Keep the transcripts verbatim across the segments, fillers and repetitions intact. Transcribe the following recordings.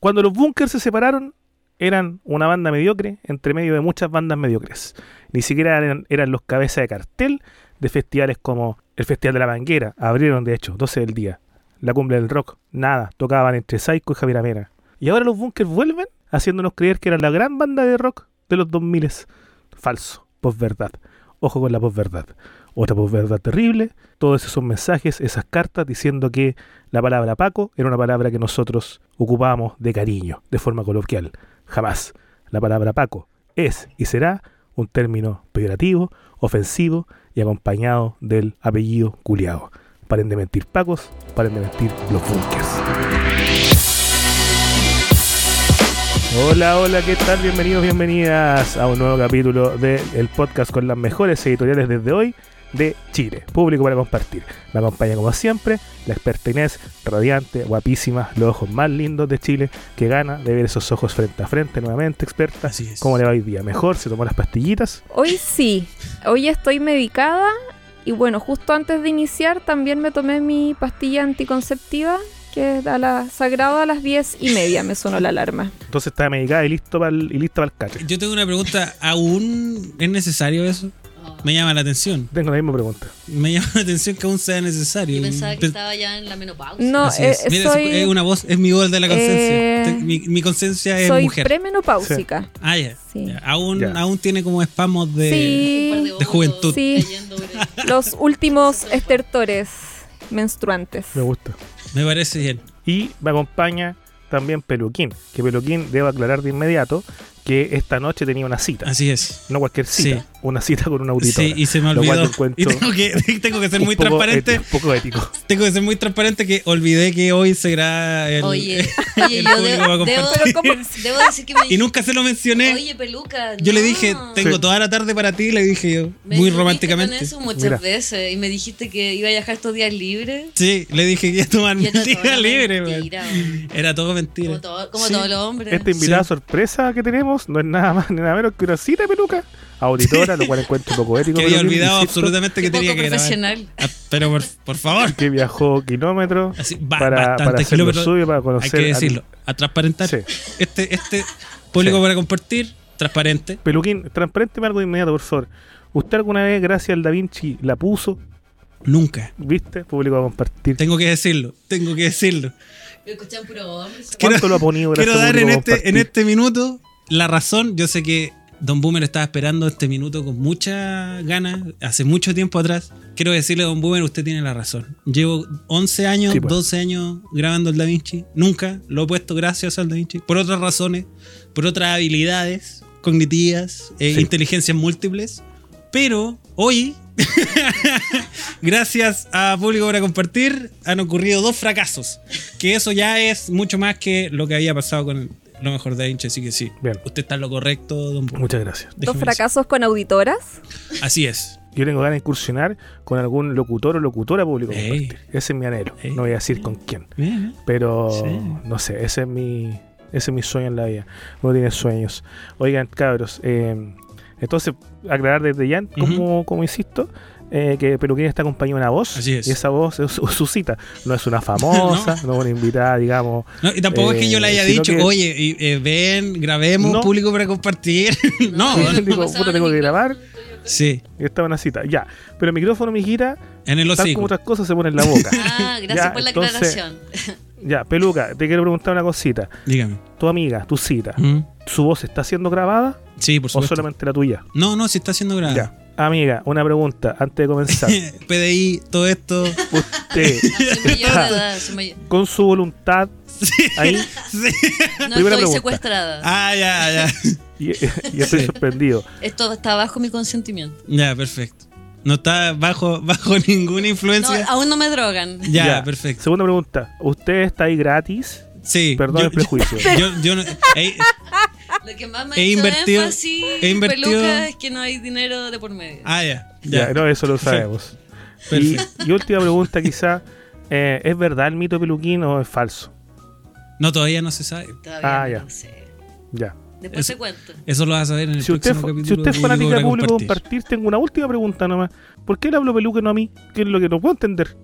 Cuando los Bunkers se separaron, eran una banda mediocre entre medio de muchas bandas mediocres. Ni siquiera eran, eran los cabezas de cartel de festivales como el Festival de la Manguera. Abrieron, de hecho, doce del día. La Cumbre del Rock. Nada. Tocaban entre Psycho y Javier Amena. Y ahora los Bunkers vuelven haciéndonos creer que eran la gran banda de rock de los dos mil. Falso. Posverdad. Ojo con la posverdad. Otra posverdad terrible. Todos esos mensajes, esas cartas diciendo que la palabra Paco era una palabra que nosotros ocupábamos de cariño, de forma coloquial. Jamás. La palabra Paco es y será un término peyorativo, ofensivo y acompañado del apellido culiao. Paren de mentir Pacos, paren de mentir los Bunkers. Hola, hola, ¿qué tal? Bienvenidos, bienvenidas a un nuevo capítulo del podcast con las mejores editoriales desde hoy de Chile. Público para compartir. Me acompaña como siempre la experta Inés, radiante, guapísima, los ojos más lindos de Chile, que gana de ver esos ojos frente a frente nuevamente, experta. Así es. ¿Cómo le va hoy día? ¿Mejor? ¿Se tomó las pastillitas? Hoy sí, hoy estoy medicada y bueno, justo antes de iniciar también me tomé mi pastilla anticonceptiva, que a la sagrada a las diez y media me sonó la alarma. Entonces está medicada y listo para el, y listo para el cache. Yo tengo una pregunta, ¿aún es necesario eso? Me llama la atención. Tengo la misma pregunta. Me llama la atención que aún sea necesario. Yo pensaba que Pe- estaba ya en la menopausia. No, Así eh, es. Mira, soy, es una voz, es mi voz de la conciencia. eh, Te- mi, mi conciencia es soy mujer. premenopáusica. Ah, ya. Sí. Ya. Aún, Ya. aún tiene como espasmos de... Sí. Un par de óvulos juventud. Sí. cayendo por el- Los últimos estertores menstruantes. Me gusta. Me parece bien. Y me acompaña también Peluquín, que Peluquín debo aclarar de inmediato que esta noche tenía una cita. Así es. No cualquier cita, Sí. una cita con una auditora. Sí, y se me Lo cual olvidó. yo encuentro Y tengo que, tengo que ser un muy poco transparente. ético, un poco ético. Tengo que ser muy transparente que olvidé que hoy será el, Oye, el oye, yo público debo, va a debo, compartir. Pero ¿cómo? debo decir que me Y nunca se lo mencioné. Oye, peluca. Yo le no. dije, tengo Sí. toda la tarde para ti, le dije yo, Me muy dijiste románticamente. con eso muchas Mira. veces y me dijiste que iba a viajar estos días libres. Sí, le dije que iba a tomar Y mi era día toda libre, man. mentira, man. Era todo mentira. Como, todo- como Sí. todos los hombres. Esta invitada Sí. sorpresa que tenemos no es nada más ni nada menos que una cita, Peluca. Auditora, lo cual encuentro un poco ético. Que había Peluquín, olvidado insisto, absolutamente que Qué tenía poco que grabar. profesional. Ah, pero por, por favor. Que viajó kilómetros Así, ba- para, para bastantes hacer lo kilómetros. suyo, para Hay conocer que al- decirlo, a transparentar. Sí. Este, este público Sí. para compartir, transparente. Peluquín, transparente algo de inmediato, por favor. ¿Usted alguna vez, gracias al Da Vinci, la puso? Nunca. ¿Viste? Público a compartir. Tengo que decirlo, tengo que decirlo. Me escuchan puro hombres. ¿Cuánto quiero- lo ha ponido? Quiero gracias, dar en público, a este, en compartir? este minuto la razón. Yo sé que Don Boomer estaba esperando este minuto con mucha ganas, hace mucho tiempo atrás. Quiero decirle a Don Boomer, usted tiene la razón. Llevo once años, Sí, pues. doce años grabando el Da Vinci. Nunca lo he puesto gracias al Da Vinci. Por otras razones, por otras habilidades cognitivas, e Sí. inteligencias múltiples. Pero hoy, gracias a Público para Compartir, han ocurrido dos fracasos. Que eso ya es mucho más que lo que había pasado con lo mejor de Vinci. Así que sí, Bien. usted está en lo correcto, don Boomer. Muchas gracias. Dos Déjeme fracasos con auditoras. decir. Así es. Yo tengo ganas de incursionar con algún locutor o locutora público. a Ey. compartir. Ese es mi anhelo. Ey. No voy a decir con quién. Bien, Pero Sí. no sé, ese es mi ese es mi sueño en la vida. Uno tiene sueños. Oigan, cabros, eh, entonces aclarar desde ya, como, como insisto, eh, que Peluquín está acompañado de una voz. Así es. Y esa voz es su, su cita. No es una famosa, no, es una invitada, digamos. No, y tampoco es que yo le haya Eh, sino dicho, que- oye, y, eh, ven, grabemos No. Público para Compartir. no, No, no. Digo, pasaba puta, tengo ni que micrófono, grabar. Sí, Y estaba en una cita. Ya. Pero el micrófono, mi gira, en el tal hocico. como otras cosas, se pone en la boca. Ah, gracias Ya, por la entonces- aclaración. Ya, Peluca, te quiero preguntar una cosita. Dígame. Tu amiga, tu cita, Mm. ¿su voz está siendo grabada Sí, por o supuesto. solamente la tuya? No, no, si está siendo grabado. Ya. Amiga, una pregunta antes de comenzar. P D I, todo esto. Usted, Soy mayor de edad. Soy mayor. con su voluntad, ahí, Sí. No Primera estoy pregunta. secuestrada. Ah, ya, ya. y, y estoy Sí. sorprendido. Esto está bajo mi consentimiento. Ya, perfecto. No está bajo, bajo ninguna No, influencia. aún no me drogan. ya, perfecto. Segunda pregunta. ¿Usted está ahí gratis? Sí. Perdón yo- el prejuicio. Yo, yo, yo no- ey, Lo que más me He ha hecho invertido- énfasis, he invertido- peluca, es que no hay dinero de por medio. ah, ya. Ya, Ya. no, eso lo sabemos. Y, Perfecto. y última pregunta, quizá. Eh, ¿Es verdad el mito de Peluquín o es falso? No, todavía no se sabe. Todavía Ah, ya. no sé. Ya. Después Eso- te cuento. Eso lo vas a saber en el Si usted, próximo fu- capítulo. si usted es de fanática de para público compartir. compartir, tengo una última pregunta nomás. ¿Por qué le hablo Peluca y no a mí? ¿Qué es lo que no puedo entender?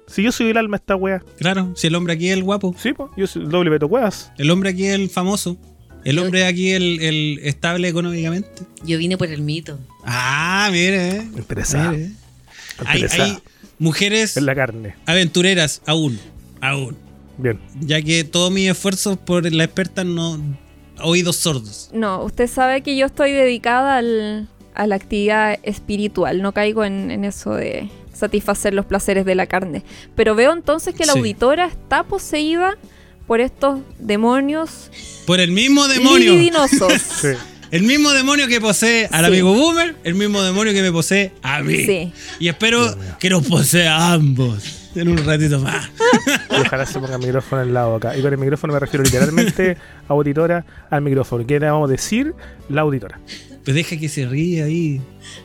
Si yo soy el alma de esta wea. Claro, si el hombre aquí es el guapo, Sí, pues, yo soy el doble Beto Cuevas. el hombre aquí es el famoso, el hombre aquí es el, el estable económicamente. Yo vine por el mito. Ah, mire, eh. Interesada. Mire. Hay, Interesada. hay mujeres En la carne. aventureras aún, aún, Bien. ya que todos mis esfuerzos por la experta no oídos sordos. No, usted sabe que yo estoy dedicada al, a la actividad espiritual. No caigo en, en eso de satisfacer los placeres de la carne. Pero veo entonces que la Sí. auditora está poseída por estos demonios Por el mismo demonio, libidinosos. Sí. el mismo demonio que posee al Sí. amigo Boomer, el mismo demonio que me posee a mí. Sí. Y espero Dios mío. que nos posea a ambos en un ratito más. Y ojalá se ponga el micrófono en la boca. Y con el micrófono me refiero literalmente, auditora, al micrófono. ¿Qué le vamos a decir? La auditora. Pues deja que se ríe ahí.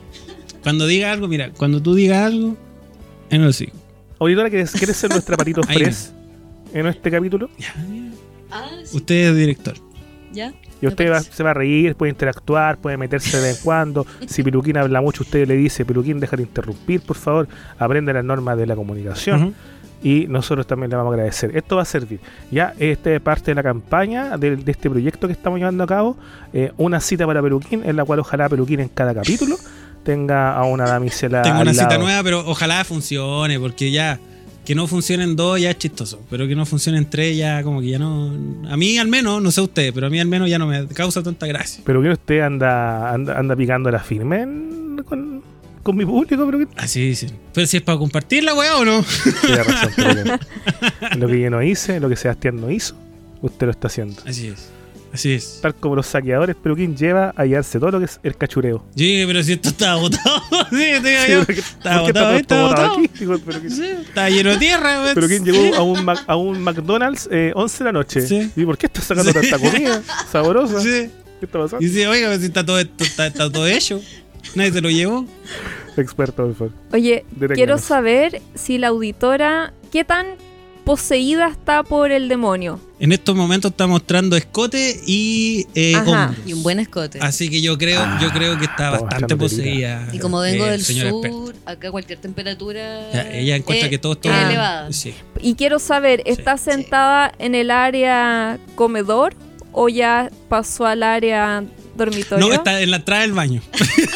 Cuando diga algo, mira, cuando tú digas algo, en el sí. Auditora, ¿quieres, ¿quieres ser nuestra patito Ahí Fres en este capítulo? Ya, mira. Ah, sí. Usted es director. ¿Ya? Y usted Me va- parece. se va a reír, puede interactuar, puede meterse de vez en cuando. Si Peluquín habla mucho, usted le dice, Peluquín, deja de interrumpir, por favor. Aprende las normas de la comunicación. Ujú. Y nosotros también le vamos a agradecer. Esto va a servir. Ya, esta es parte de la campaña de, de este proyecto que estamos llevando a cabo. Eh, una cita para Peluquín, en la cual ojalá Peluquín en cada capítulo tenga a una damisela Tengo al una cita lado. nueva, pero ojalá funcione, porque ya que no funcione en dos ya es chistoso, pero que no funcione en tres ya como que ya no... A mí al menos, no sé usted, pero a mí al menos ya no me causa tanta gracia. Pero que usted anda, anda, anda picando la firme en- con, con mi público, pero que Así dicen. Pero si es para compartir la weá o no. tiene razón. Peluquín. Lo que yo no hice, lo que Sebastián no hizo, usted lo está haciendo. Así es. Así es. Tal como los saqueadores, Peluquín lleva a llevarse todo lo que es el cachureo. Yo dije, pero si esto estaba botado. sí, te digo Sí, yo. porque- Estaba ¿por qué botado, está estaba todo botado botado. aquí? Digo, Peluquín. Sí, estaba lleno de tierra, weón. Pero quien llegó a un, Mac- a un McDonald's eh, once de la noche. Sí. ¿Y por qué está sacando Sí. tanta comida saborosa? Sí. ¿Qué está pasando? Y dice, oiga, pero si está todo, esto, está, está todo hecho. Nadie se lo llevó. Experto, por favor. Oye, Deténganos. quiero saber si la auditora, ¿qué tan poseída está por el demonio? En estos momentos está mostrando escote y eh, Ajá. hombros. Y un buen escote. Así que yo creo, yo creo que está Ah, estamos bastante echando telita. poseída. Y como vengo eh, del señora sur, experta. acá cualquier temperatura. Ya, ella encuentra eh, que todo es está elevada. Sí. Y quiero saber, ¿está Sí. sentada en el área comedor o ya pasó al área dormitorio? No, está en la entrada del baño.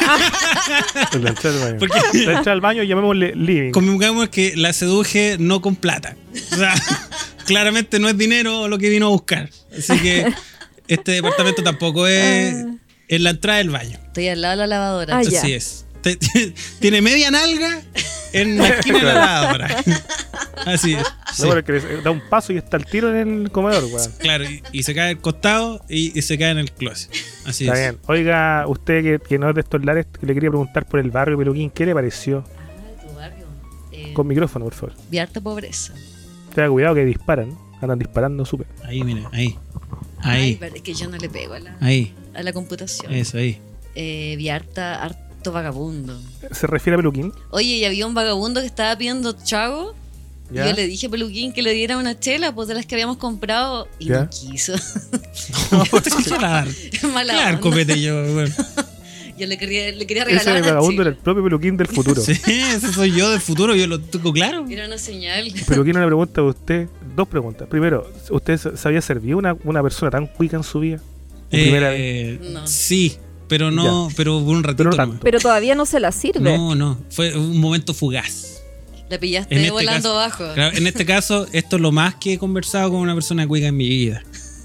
En la entrada del baño. Porque- La entrada del baño llamémosle living. Convengamos que la seduje no con plata. O sea, claramente no es dinero lo que vino a buscar. Así que este departamento tampoco es Ah. en la entrada del baño. Estoy al lado de la lavadora. Ah, ya. Así es. Te- te- Tiene media nalga en la esquina de la lavadora. Así es. Sí. No, porque le- da un paso y está el tiro en el comedor, weón. Claro, y, y se cae al costado y, y se cae en el closet. Así Está es. bien. Oiga, usted que, que no es de estos lares, le quería preguntar por el barrio Peluquín, ¿qué le pareció? Ah, de tu barrio. Eh, Con micrófono, por favor. de harta pobreza. Tenga cuidado que disparan. Andan disparando súper. Ahí, mire, ahí. Ay, Ahí. pero es que yo no le pego a la, Ahí. a la computación. Eso, ahí. Eh, vi harta, harto vagabundo. ¿Se refiere a Peluquín? Oye, y había un vagabundo que estaba pidiendo chago. Y ¿Ya? yo le dije a Peluquín que le diera una chela, pues de las que habíamos comprado. Y ¿Ya? no quiso. No, claro. Mala Claro, onda. copete yo, bueno. Yo le quería, le quería regalar Ese una vagabundo era chela. el propio Peluquín del futuro. Sí, ese soy yo del futuro, yo lo tengo claro. Era una señal. Peluquín, una pregunta a usted. Dos preguntas. Primero, ¿usted se se había servido una, una persona tan cuica en su vida? ¿Por primera vez? Eh, No. Sí, pero no, pero por un ratito Pero no nomás. tanto. Pero todavía no se la sirve. No, no, fue un momento fugaz. La pillaste En este volando caso- abajo. Claro, en este caso, esto es lo más que he conversado con una persona cuica en mi vida.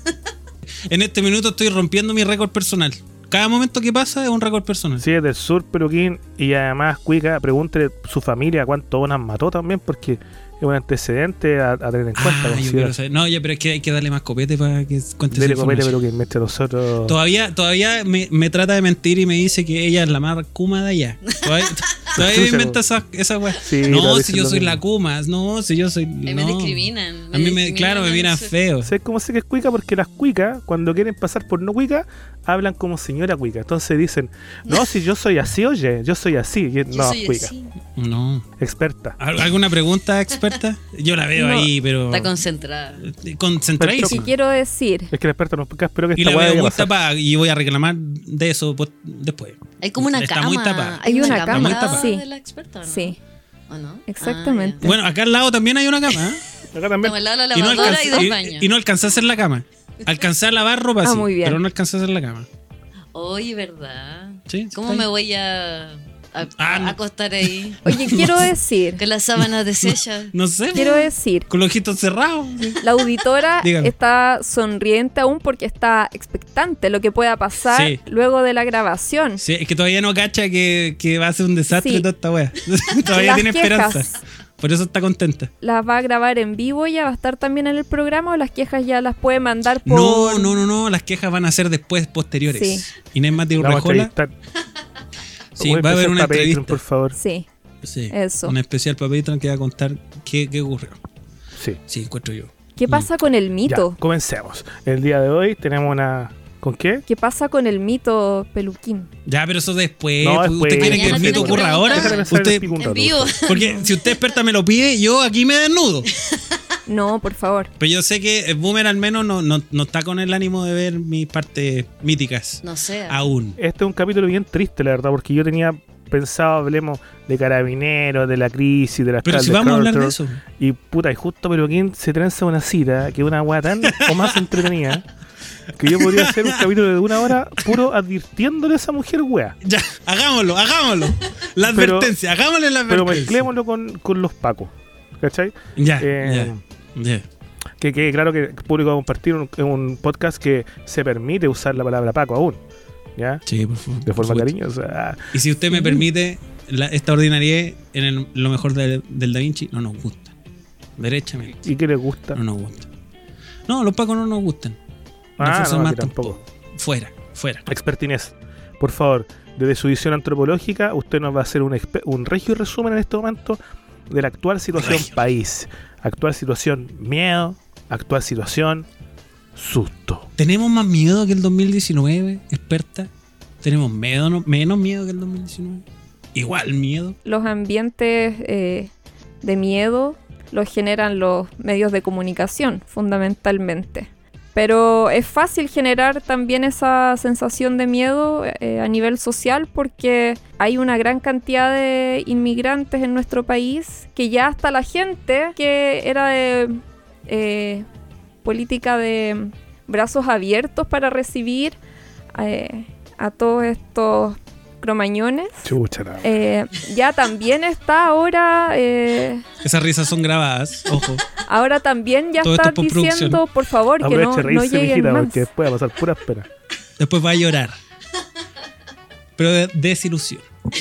En este minuto estoy rompiendo mi récord personal. Cada momento que pasa es un récord personal. Si es del sur, Peluquín, y además cuica, pregúntele a su familia cuánto bonas mató también, porque es un antecedente a, a tener en cuenta. Ah, yo considera. quiero saber. No, ya, pero es que hay que darle más copete para que cuente esa Dele copete, información. Peluquín, mientras nosotros... Todavía, todavía me, me trata de mentir y me dice que ella es la más Kuma de allá. Todavía, todavía me Chucha, inventa esa, esa weá. Sí, no, todavía si dicen yo lo soy mismo. la Kuma. No, si yo soy. A mí no. me discriminan. A mí me, discriminan claro, me al miran sur. feo. ¿Sabes cómo sé que es cuica? Porque las cuicas, cuando quieren pasar por no cuica, hablan como señora cuica. Entonces dicen, no, si yo soy así, oye, yo soy así. Y, Yo no, soy cuica. así. No. Experta. ¿Al- ¿Alguna pregunta, experta? Yo la veo No. ahí, pero. Está concentrada. Y concentradísima. quiero decir, Es que la experta no explica, espero que Y esta la weá veo vaya a muy pasar. tapada y voy a reclamar de eso pues, después. Hay como una Está cama. muy tapada. Hay una cama, muy tapada. sí. de la experta, ¿no? sí. ¿o no? Exactamente. Ah, Bueno, acá al lado también hay una cama. ¿eh? Acá ya. también. Estamos al lado de la Y no, lavadora y, alcanza, del y, baño. y no alcanza a hacer la cama. Alcanza a lavar ropa, Ah, sí, muy bien. pero no alcanza a hacer la cama. Oye, ¿verdad? Sí, ¿Cómo está me ahí. voy a, a- Ah, a no. acostar ahí? Oye, quiero decir, Con las sábanas deshechas. No sé, quiero decir, con los ojitos cerrados. sí. la auditora Dígame. está sonriente aún porque está expectante lo que pueda pasar Sí. luego de la grabación. Sí, es que todavía no cacha que, que va a ser un desastre Sí. toda esta wea. Todavía Las tiene quejas. esperanza. Por eso está contenta. ¿Las va a grabar en vivo ya? ¿Va a estar también en el programa o las quejas ya las puede mandar por...? No, no, no, no. Las quejas van a ser después, posteriores. Sí. Inés Mati La vamos a Urrejola. entrevistar. Sí, Voy va a haber empezar una pa' Patreon, entrevista. por favor. Sí, Sí, Eso. un especial para Patreon que va a contar qué, qué ocurrió. Sí. Sí, encuentro yo. ¿qué pasa con el Ya, mito? comencemos. El día de hoy tenemos una... ¿Con qué? ¿Qué pasa con el mito Peluquín? Ya, pero eso después. No, pues, después. ¿Usted quiere que el Mañana mito tienen que ocurra ahora? preguntar. Déjame pensar en el Usted, pico un En rato, vivo. por favor. porque si usted experta me lo pide, yo aquí me desnudo. No, por favor. Pero yo sé que el Boomer al menos no, no, no está con el ánimo de ver mis partes míticas. No sé. Aún. Este es un capítulo bien triste, la verdad, porque yo tenía pensado, hablemos de carabineros, de la crisis, de las Pero cal- si de vamos a hablar de Carter, eso. Y puta, y justo Peluquín se trenza una cita, que es una weá tan o más entretenida, que yo podría hacer un capítulo de una hora puro advirtiéndole a esa mujer weá. Ya, hagámoslo, hagámoslo. La Pero- advertencia, hagámosle la Pero advertencia. mezclémoslo con, con los pacos, ¿cachai? Ya, Eh, ya, ya. Que quede claro que el público va a compartir un, un podcast que se permite usar la palabra paco aún, ¿ya? Sí, por favor. De por forma supuesto. cariñosa. Y si usted me Sí. permite, la, esta ordinariedad en el- lo mejor de- del Da Vinci no nos gusta. Derechamente. ¿Y qué les gusta? No nos gusta. No, los pacos no nos gustan. Los Ah, Fuerzas no, Armadas aquí tampoco. Fuera, fuera. Expertinez, por favor, desde su visión antropológica, usted nos va a hacer un, expe- un regio resumen en este momento de la actual situación Regio. país. Actual situación miedo, actual situación susto. ¿Tenemos más miedo que el dos mil diecinueve, experta? ¿Tenemos miedo, no- menos miedo que el dos mil diecinueve? Igual miedo. Los ambientes eh, de miedo los generan los medios de comunicación, fundamentalmente. Pero es fácil generar también esa sensación de miedo eh, a nivel social porque hay una gran cantidad de inmigrantes en nuestro país que ya hasta la gente que era de eh, política de brazos abiertos para recibir eh, a todos estos cromañones, Chucha, la- eh, ya también está ahora... eh, Esas risas son grabadas, ojo. Ahora también ya Todo esto está es postproducción. diciendo, por favor, que no, Aproveche de no reírse, lleguen mijita, más. porque después va a pasar pura espera. Después va a llorar. Pero de desilusión.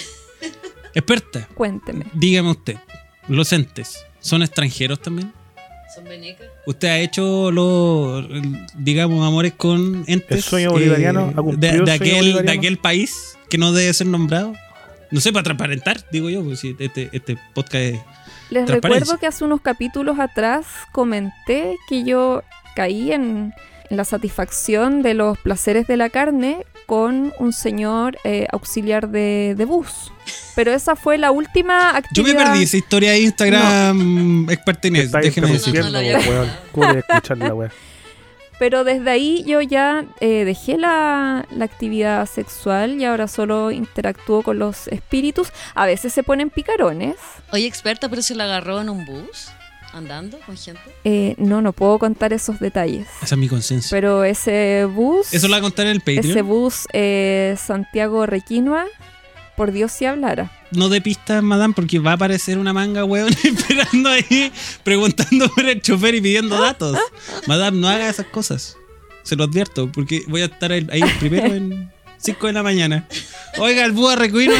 Experta, Cuénteme. dígame usted, ¿los entes son extranjeros también? Son venecas. ¿Usted ha hecho los, digamos, amores con entes El sueño bolivariano ha cumplido de, el de sueño aquel, de bolivariano. aquel país que no debe ser nombrado? No sé, para transparentar, digo yo, pues si este, este podcast es... Les Transparencia. recuerdo que hace unos capítulos atrás comenté que yo caí en, en la satisfacción de los placeres de la carne con un señor eh, auxiliar de, de bus. Pero esa fue la última Yo actividad. me perdí esa historia de Instagram, experta Inés, Está déjeme decir. interrumpiendo, No, no la había- weón. ¿Cómo voy a escuchar la weá? Pero desde ahí yo ya eh, dejé la, la actividad sexual y ahora solo interactúo con los espíritus. A veces se ponen picarones. Oye, experta, pero se la agarró en un bus, andando con gente. Eh, no, no puedo contar esos detalles. Esa es mi conciencia. Pero ese bus, Eso lo va a contar en el Patreon. ese bus eh, Santiago Requinoa, por Dios si hablara. No de pistas, madame, porque va a aparecer una manga, weón, esperando ahí, preguntando por el chofer y pidiendo datos. Madame, no haga esas cosas. Se lo advierto, porque voy a estar ahí ahí primero en cinco de la mañana. Oiga, el búho recuino.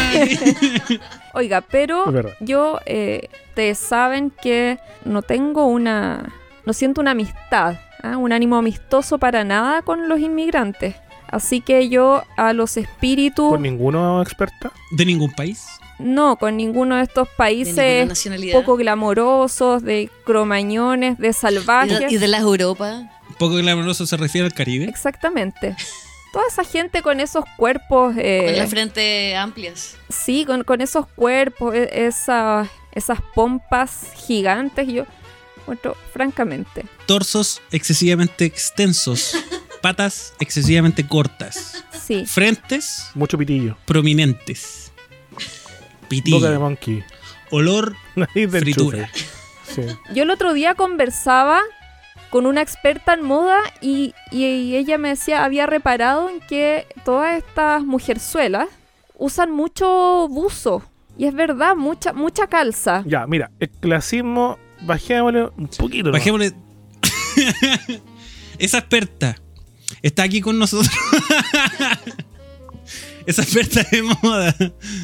Oiga, pero Es verdad. yo, eh, ustedes saben que no tengo una, no siento una amistad, ¿ah? Un ánimo amistoso para nada con los inmigrantes. Así que yo a los espíritus, ¿Con ninguno experta? De ningún país. no, con ninguno de estos De ninguna países nacionalidad. poco glamorosos, de cromañones, de y, salvajes. de, y de las Europa. Poco glamoroso se refiere al Caribe. Exactamente. Toda esa gente con esos cuerpos, eh, Con la frente amplias. sí, con, con esos cuerpos, e- esas, esas pompas gigantes, yo, bueno, francamente, Torsos excesivamente extensos. Patas excesivamente cortas. sí. Frentes Mucho pitillo. prominentes. Pitillo. Boca de monkey. olor Nariz del fritura. chufe. Sí. Yo el otro día conversaba con una experta en moda y, y ella me decía, había reparado en que todas estas mujerzuelas usan mucho buzo. Y es verdad, mucha mucha calza. Ya, mira, el clasismo, bajémosle un poquito. ¿no? Bajémosle. Esa experta está aquí con nosotros. Esa experta de moda.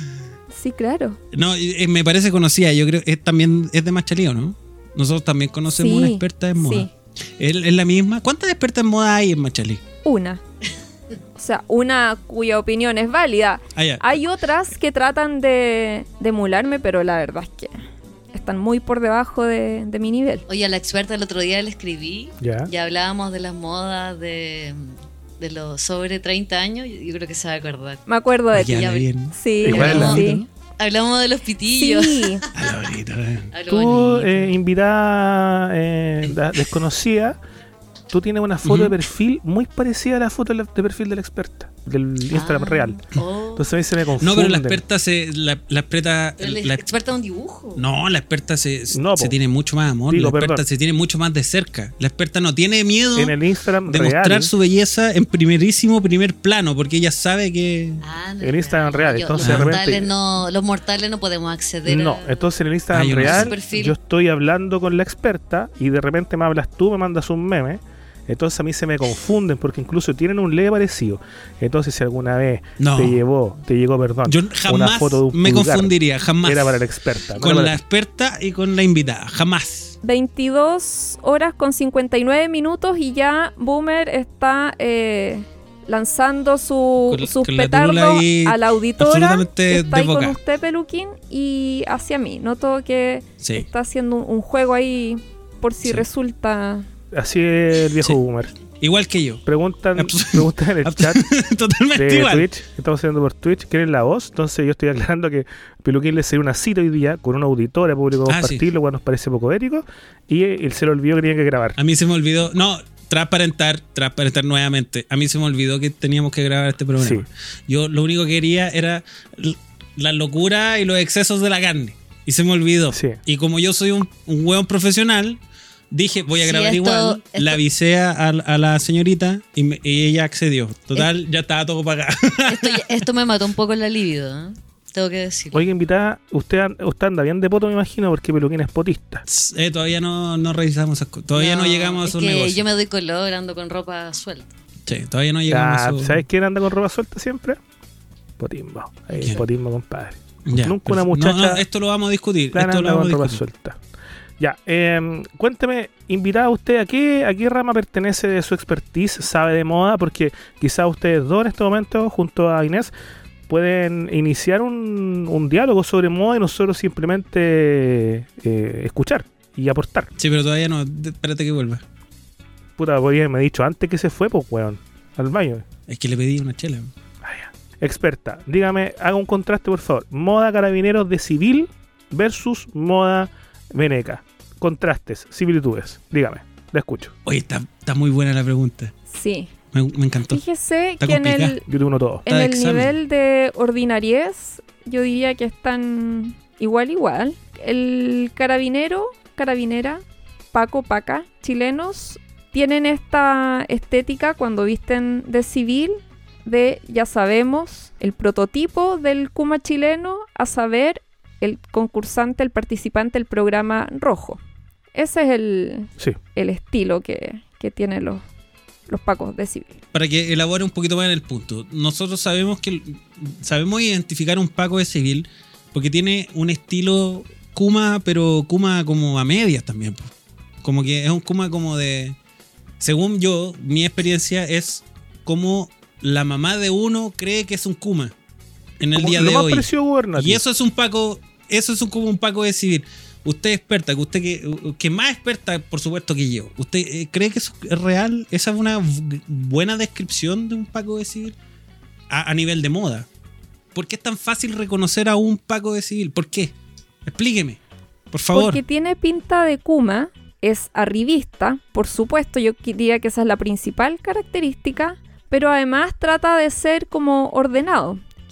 Sí, claro. No, eh, me parece conocida. Yo creo que es, también es de Machalío, ¿no? Nosotros también conocemos Sí, una experta en moda. sí. ¿Es, es la misma? ¿Cuántas expertas en moda hay en Machalí? Una. O sea, una cuya opinión es válida. Ah, ya. Hay otras que tratan de, de emularme, pero la verdad es que están muy por debajo de, de mi nivel. Oye, a la experta el otro día le escribí. Ya. Ya hablábamos de las modas de, de los sobre treinta años. Yo creo que se va a acordar. Me acuerdo de ti. Ya, ya- bien. Sí, Igual es la sí. bonita, Hablamos de los pitillos. Sí. A la bonita, eh. A lo Tú, bonito. eh, invitada eh, da- desconocida, tú tienes una foto Ujú. de perfil muy parecida a la foto de, la- de perfil de la experta, del Instagram Ah, real. oh. Entonces a mí se me confunde. No, pero la experta se. La, la experta. Pero la la- experta en un dibujo. no, la experta se, No, se po. tiene mucho más amor. Digo, la experta perdón. se tiene mucho más de cerca. La experta no tiene miedo En el Instagram de real. mostrar su belleza en primerísimo primer plano, porque ella sabe que. Ah, no, El Instagram real, Yo- entonces los, de repente- mortales no, los mortales no podemos acceder No, a... entonces en el Instagram Ah, yo no sé real su perfil. yo estoy hablando con la experta y de repente me hablas tú, me mandas un meme. Entonces a mí se me confunden porque incluso tienen un leve parecido. Entonces si alguna vez No. te llevó, te llegó, perdón, Yo una jamás foto de un me pulgar, confundiría, jamás. era para la experta. no Con era la para- experta y con la invitada, jamás. veintidós horas con cincuenta y nueve minutos y ya Boomer está eh, lanzando su, Con- sus con la petardos trula ahí a la auditora. absolutamente Está ahí con desbocada. usted, Peluquín, y hacia mí. Noto que Sí. está haciendo un, un juego ahí por si Sí. resulta... Así es el viejo Sí. boomer. Igual que yo. Preguntan, Abs- preguntan en el chat Totalmente de igual. Twitch, que estamos haciendo por Twitch, ¿quieren la voz? Entonces yo estoy aclarando que Peluquín le salió una cita hoy día con una auditora público Ah, compartir, sí. lo cual nos parece poco ético, y él se le olvidó que tenía que grabar. A mí se me olvidó. No, transparentar, transparentar nuevamente. A mí se me olvidó que teníamos que grabar este programa. Sí. Yo lo único que quería era l- la locura y los excesos de la carne. Y se me olvidó. Sí. Y como yo soy un, un hueón profesional, dije, voy a Sí, grabar esto- igual. esto- La avisé a, a la señorita y, me- y ella accedió. Total, ya estaba todo pagado. Esto, ya- esto me mató un poco la libido, ¿eh? Tengo que decir. Oiga, invitada, usted, an- usted anda bien de poto, me imagino, porque Peluquín es potista. Eh, todavía no, no revisamos esas cosas. Todavía no, llegamos a es esos que negocios. yo me doy color, ando con ropa suelta. Sí, todavía no llegamos Ah, a esos... ¿sabes quién anda con ropa suelta siempre? Potimbo. Ahí, ¿Quién? Potimbo, compadre. Ya, Nunca una perfecto. muchacha No, no, esto lo vamos a discutir. plana Esto lo anda vamos con a ropa discutir. suelta. Ya, eh, cuénteme, invitada usted, ¿a qué, ¿a qué rama pertenece de su expertise? ¿Sabe de moda? Porque quizás ustedes dos en este momento, junto a Inés, pueden iniciar un, un diálogo sobre moda y nosotros simplemente eh, escuchar y aportar. Sí, pero todavía no. De- Espérate que vuelva. Puta, podría haberme dicho antes que se fue, pues, weón, al baño. Es que le pedí una chela. Ah, ya. Experta, dígame, haga un contraste, por favor. Moda carabineros de civil versus moda veneca. Contrastes, similitudes. Dígame, la escucho. Oye, está, está muy buena la pregunta. Sí. Me, me encantó. Fíjese Está que en complicada. el, Yo tengo uno todo. en Está de el examen. nivel de ordinariez, yo diría que están igual, igual. El carabinero, carabinera, Paco, Paca, chilenos, tienen esta estética cuando visten de civil, de, ya sabemos, el prototipo del Kuma chileno, a saber, el concursante, el participante del programa rojo. Ese es el, Sí. el estilo que, que tienen los, los Pacos de civil. Para que elabore un poquito más en el punto. Nosotros sabemos que sabemos identificar un Paco de civil porque tiene un estilo Kuma, pero Kuma como a medias también. Po. Como que es un Kuma como de... Según yo, mi experiencia es como la mamá de uno cree que es un Kuma en el Como día lo de más hoy. parecido a gubernativo. Y eso es un Paco, eso es un, como un Paco de civil. Usted es experta, que usted que, que más experta, por supuesto, que yo. ¿Usted eh, cree que eso es real? ¿Esa es una v- buena descripción de un Paco de civil? A, a nivel de moda. ¿Por qué es tan fácil reconocer a un Paco de civil? ¿Por qué? Explíqueme, por favor. Porque tiene pinta de Kuma, es arribista, por supuesto, yo diría que esa es la principal característica, pero además trata de ser como ordenado.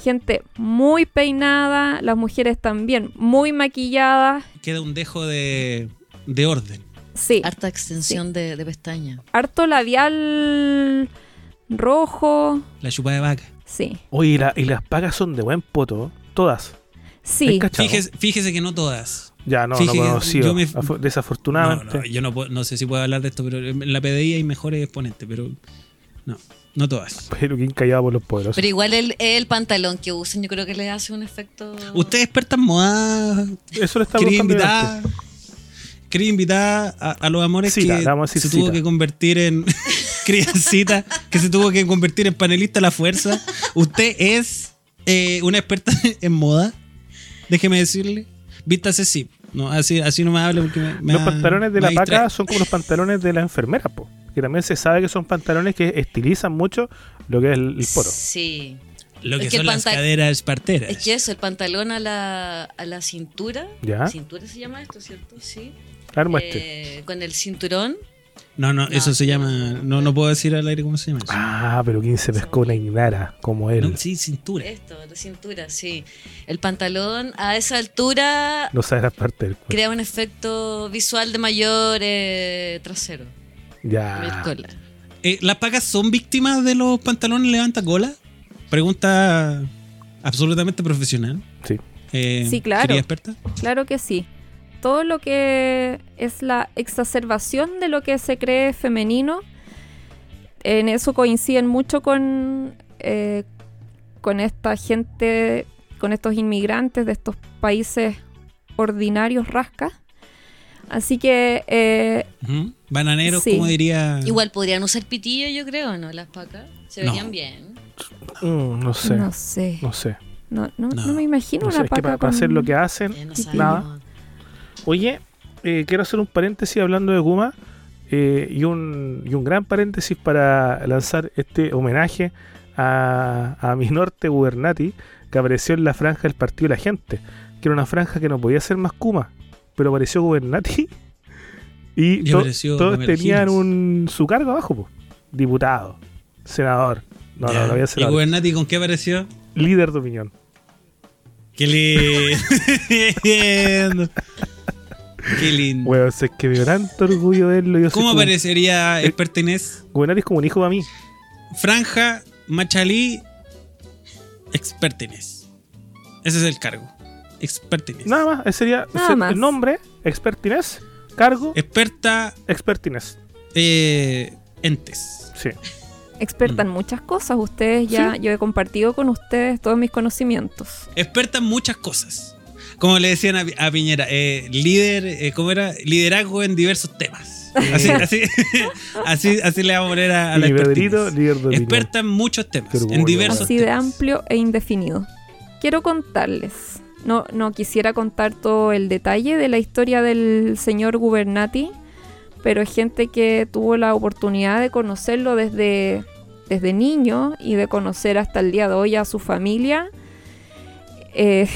gente muy peinada, las mujeres también muy maquilladas. Queda un dejo de, de orden. Sí. Harta extensión Sí. de, de pestaña. Harto labial rojo. La chupa de vaca. Sí. Oye, y, la- y las pagas son de buen poto, todas. Sí. ¿Hay cachado? Fíjese, fíjese que no todas. Ya, no, Fíjese, no conocido. yo me- Afo- No, Desafortunadamente. no, yo no, puedo- no sé si puedo hablar de esto, pero en la P D I hay mejores exponentes, pero no, no todas. Pero ¿quién callado por los poderosos? Pero igual el, el pantalón que usan, yo creo que le hace un efecto. Usted es experta en moda, Eso le está quería buscando invitar, quería invitar a, a los amores Cita, que le vamos a decir se tuvo cita. que convertir en criancita, que se tuvo que convertir en panelista a la fuerza. Usted es eh, una experta en moda, déjeme decirle. Vístase sí. No, así, así no me hable porque me, me Los va- pantalones de me la distrae. paca son como los pantalones de la enfermera, po. Que también se sabe que son pantalones que estilizan mucho lo que es el, el poro. Sí. Lo que Es que son el las pantal- caderas parteras. Es que eso, el pantalón a la, a la cintura. ¿Ya? ¿Cintura se llama esto, cierto? Sí. Arma este. Eh, con el cinturón. No, no, No. eso se llama. No, no puedo decir al aire cómo se llama eso. Ah, pero ¿quién se pescó una ignara como él? No, sí, cintura. Esto, la cintura, sí. El pantalón a esa altura No sabe las partes del cuerpo. crea un efecto visual de mayor eh, trasero. mayor Ya. cola. Eh, ¿Las pacas son víctimas de los pantalones levanta cola? Pregunta absolutamente profesional. Sí. Eh, Sí, claro. querida experta. Claro que sí. Todo lo que es la exacerbación de lo que se cree femenino, en eso coinciden mucho con, eh, con esta gente, con estos inmigrantes de estos países ordinarios rascas. Así que eh, Ujú. Bananeros, Sí. como diría. Igual podrían usar pitillo, yo creo, ¿no? Las pacas. Se No. verían bien. Mm, no sé. no No, sé, sé. no, no, No. no me imagino No sé. una Es que paca para con... hacer lo que hacen. Eh, no Sí, sabemos. nada. Oye, eh, quiero hacer un paréntesis hablando de Kuma eh, y, un, y un gran paréntesis para lanzar este homenaje a, a mi norte Gubernati, que apareció en la franja del Partido de la Gente, que era una franja que no podía ser más Kuma, pero apareció Gubernati y Y to- apareció todos Pamela tenían Giles. un, su cargo abajo, po. Diputado, senador, no, Ya. no, no había ¿Y senador, Gubernati con qué apareció? líder de opinión. Qué lindo. Qué lindo. Bueno, es que me dio tanto orgullo verlo. Yo soy ¿Cómo como- aparecería Eh, experta Inés? Gubernati es como un hijo para mí. Franja, Machalí, experta Inés. Ese es el cargo. Experta Inés. Nada más, ese sería Nada ese- más. el nombre, expertines, cargo, Experta expertines. eh, entes. Sí. Experta Mm. en muchas cosas. Ustedes ya, Sí. yo he compartido con ustedes todos mis conocimientos. Experta en muchas cosas. Como le decían a, Pi- a Piñera, eh, líder, eh, ¿cómo era? Liderazgo en diversos temas. Así, así, así, así le vamos a poner a, a la Y experta Pedrito, Inés. líder de opinión. Experta en muchos temas, Qué orgullo, en diversos Así de temas. amplio e indefinido. Quiero contarles, no, no quisiera contar todo el detalle de la historia del señor Gubernati, pero es gente que tuvo la oportunidad de conocerlo desde, desde niño y de conocer hasta el día de hoy a su familia. Eh,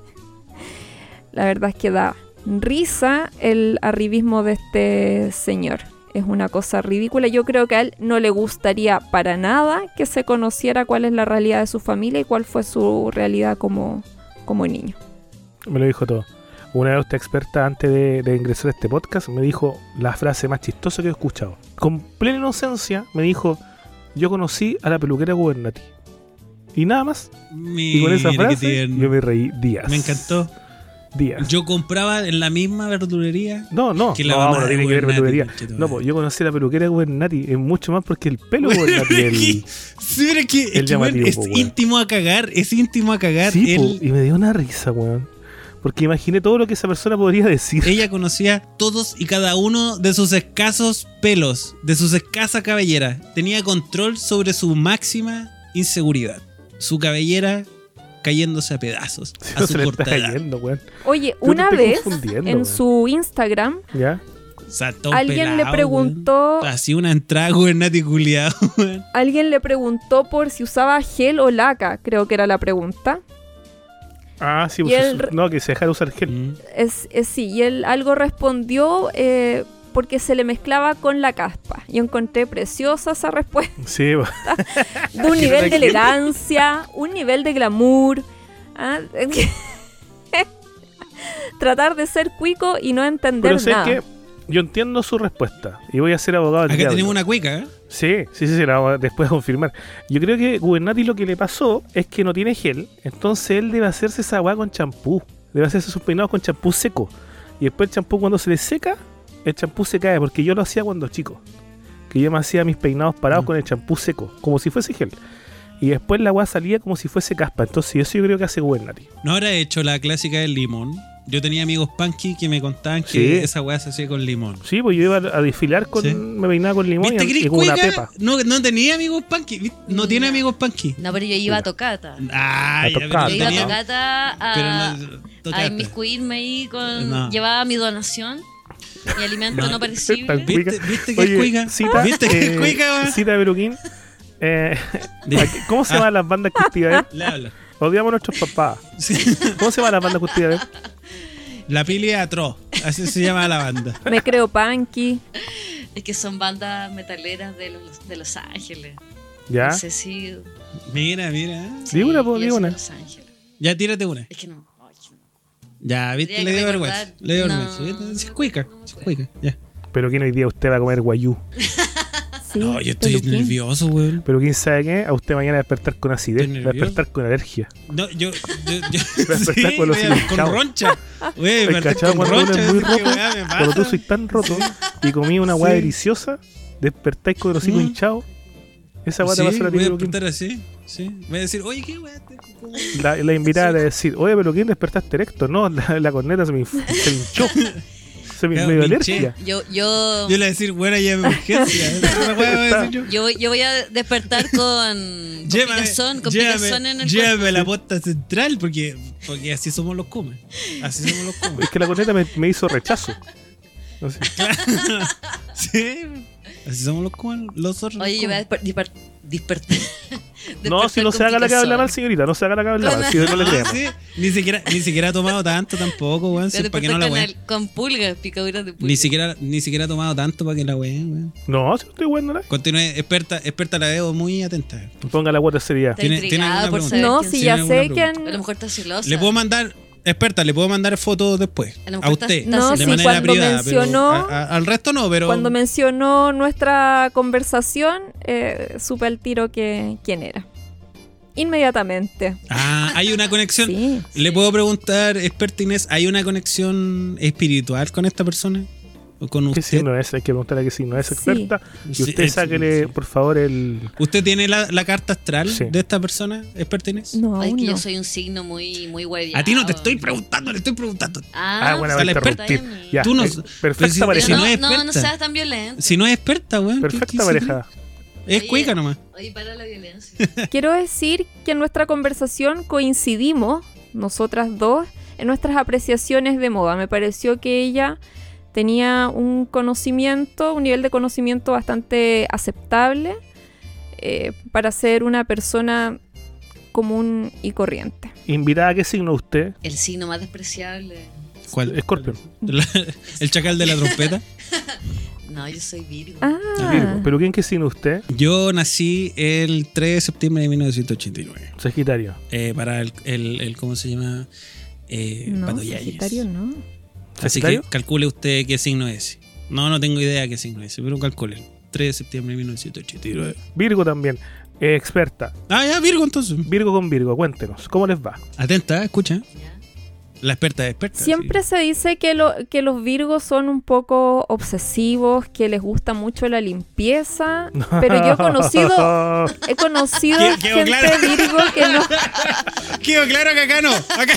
la verdad es que da risa el arribismo de este señor. Es una cosa ridícula. Yo creo que a él no le gustaría para nada que se conociera cuál es la realidad de su familia y cuál fue su realidad como, como niño. Me lo dijo todo. Una de esta experta antes de, de ingresar a este podcast me dijo la frase más chistosa que he escuchado. Con plena inocencia me dijo, yo conocí a la peluquera Gubernati. Y nada más. Y con esa Mire, qué frase tierno. yo me reí días. Me encantó. Días. Yo compraba en la misma verdulería No, no, que la no, mamá no de tiene que ver Gubernati, peluquería. conchetumare. No, pues yo conocí a la peluquera de Gubernati, es mucho más porque el pelo de Gubernati Bueno, el- es que- sí, pero es que, es, que, llamativo, weón, es po, weón. íntimo a cagar, es íntimo a cagar. Sí, po, Él- y me dio una risa, weón. Porque imaginé todo lo que esa persona podría decir. ella conocía todos y cada uno de sus escasos pelos, de sus escasa cabellera. Tenía control sobre su máxima inseguridad. Su cabellera cayéndose a pedazos, Sí, a no su se le está cortada. cayendo, weón. Oye, Yo te una estoy vez confundiendo, en weón. su Instagram ¿Ya? O sea, todo alguien le pelado, preguntó, weón. Así una entrada Gubernati culiado, weón. alguien le preguntó por si usaba gel o laca, creo que era la pregunta. Ah, sí, Y pues, el- no, que se deja de usar gel. Mm. Es, es sí, y él algo respondió eh, porque se le mezclaba con la caspa. Yo encontré preciosa esa respuesta, Sí, po. de un nivel de elegancia, un nivel de glamour. ¿ah? Tratar de ser cuico y no entender Pero sé nada. que yo entiendo su respuesta y voy a ser abogado del Acá diablo. tenemos una cuica, ¿eh? Sí, sí, sí, sí, la vamos a después confirmar. Yo creo que Gubernati lo que le pasó es que no tiene gel, entonces él debe hacerse esa weá con champú. Debe hacerse sus peinados con champú seco. Y después el champú cuando se le seca, el champú se cae, porque yo lo hacía cuando chico. Que yo me hacía mis peinados parados Mm. con el champú seco, como si fuese gel. Y después la weá salía como si fuese caspa. Entonces eso yo creo que hace Gubernati. ¿No habrá hecho la clásica del limón? Yo tenía amigos punky que me contaban que Sí. esa weá se hacía con limón. Sí, pues yo iba a desfilar con... Sí. Me peinaba con limón ¿Viste, y, Cris y con una Cuica? pepa. No, no tenía amigos punky. ¿Viste? No tiene No. amigos punky. No, pero yo iba a tocata. Ah, La ya, pero tocata. Yo iba a tenía- tocata a, pero no, a tocata. inmiscuirme ahí con... No. Llevaba mi donación, mi alimento No. no, perecible. Tan ¿Viste, Cuica. ¿Viste que Oye, es cuica? cita, ¿Viste que es eh, cuica, weón? Cita de Beruquín. Eh, Dime. ¿Cómo se Ah. llaman las bandas que usted iba a ver? Le habla. Odiamos a nuestros papás. Sí. ¿Cómo se llama la banda que usted iba a ver? La pili atroz. Así se llama la banda. Me creo punky. Es que son bandas metaleras de Los, de Los Ángeles. ¿Ya? No sé si... Mira, mira. Di una, po, ellos di son una. de Los Ángeles. Ya tírate una. Es que no... ay, que no. Ya, viste, Tendría le que dio recordar. vergüenza. Le dio No. vergüenza. ¿Viste? Es cuica. Es cuica. Ya. Pero ¿quién hoy día usted va a comer guayú? Sí, No, yo estoy peluquín. nervioso, weón. Pero ¿quién sabe qué? A usted mañana va a despertar con acidez, Estoy va a nervioso. despertar con alergia. No, yo. yo, yo despertar con los wea, hijos con hinchados. roncha. Wey, ¿Hay despertar cachado con cuando uno roncha. es muy ¿qué roto? wea me pasa? Cuando tú soy tan roto y comí una guay Sí. deliciosa, despertáis con los hijos Mm. hinchados. Esa guay Sí, te pasa a la voy a tía despertar así. Sí. Voy a decir, oye, ¿qué weá? La, la invitada a decir, oye, pero ¿quién despertaste erecto? No, la, la corneta se me, inf- se me hinchó. Se me, Claro, me dio me hinché. alergia. Yo, yo, Yo le voy a decir, buena ya de urgencia. Esa weá voy a decir yo. yo, voy- yo voy a despertar con, con Llévame, picazón, con llévame, picazón en el llévame cuerpo. a la posta central porque, porque así somos los comes. Así somos los comes. Es que la corneta me, me hizo rechazo. No sé. Sí, así somos los comes, los zorros. Oye, yo voy a desper- dispar- despertar. No, si no se haga la que habla mal, señorita. No se haga la que habla Con- mal. Si no le Ah, creemos. sí, ni siquiera, ni siquiera ha tomado tanto tampoco, weón. Si es para que no la con, weón. el- con pulgas, picaduras de pulgas. Ni siquiera, ni siquiera ha tomado tanto para que la weón, weón. No, si no estoy bueno, ¿no? Continúe, experta, experta la veo muy atenta. Ponga la cuota de seriedad. Está ¿Tiene- tiene intrigada alguna por pregunta? saber No, quién sí, soy. ya ¿Tiene sé alguna que... A lo han- mejor está celosa. Le puedo mandar, experta, le puedo mandar fotos después. A lo A mejor usted. está- No, de sí, manera cuando privada. pero mencionó- a- a- al resto no, pero. Cuando mencionó nuestra conversación, eh, supe al tiro que quién era. Inmediatamente. Ah, hay una conexión. Sí. Le puedo preguntar, experta Inés, ¿hay una conexión espiritual con esta persona? ¿O con ¿Qué usted? signo es? Hay que preguntarle qué signo es Sí. experta. Y Sí, usted es- sáquele, sí. por favor, el. ¿Usted tiene la, la carta astral Sí. de esta persona, experta Inés? No, Ay, aún que no. yo soy un signo muy, muy hueviado. A ti no te estoy preguntando, le estoy preguntando. Ah, Ah, bueno, o va sea, a la interrumpir. experta en mí. Ya, Tú no- eh, pero perfecta si- Pero pareja. si no no, es no, no experta. seas tan violento. Si no es experta, weón. ¿qué- Perfecta qué se pareja. cree? Es Oye, cuica nomás. Oye, para la violencia. Quiero decir que en nuestra conversación coincidimos, nosotras dos, en nuestras apreciaciones de moda. Me pareció que ella tenía un conocimiento, un nivel de conocimiento bastante aceptable eh, para ser una persona común y corriente. Invitada, ¿qué signo usted? El signo más despreciable. ¿Cuál? Escorpio. La- el chacal de la trompeta. No, yo soy Virgo. Ah, Virgo. ¿Pero quién qué signo usted? Yo nací el tres de septiembre de mil novecientos ochenta y nueve. Sagitario. Eh, para el, el, el- ¿cómo se llama? Eh, no, Pato Yáñez. Sagitario no. Así ¿Sagitario? que calcule usted qué signo es. No, no tengo idea qué signo es, pero calcule. tres de septiembre de mil novecientos ochenta y nueve. Virgo también. Eh, experta. Ah, ya, Virgo entonces. Virgo con Virgo, cuéntenos. ¿Cómo les va? Atenta, escucha. ¿Ya? La experta es experta. Siempre se dice que, lo, que los virgos son un poco obsesivos, que les gusta mucho la limpieza, pero yo he conocido, he conocido Quedó- quedó gente claro. Virgo que no... Sí. Quedó claro que acá no. Acá.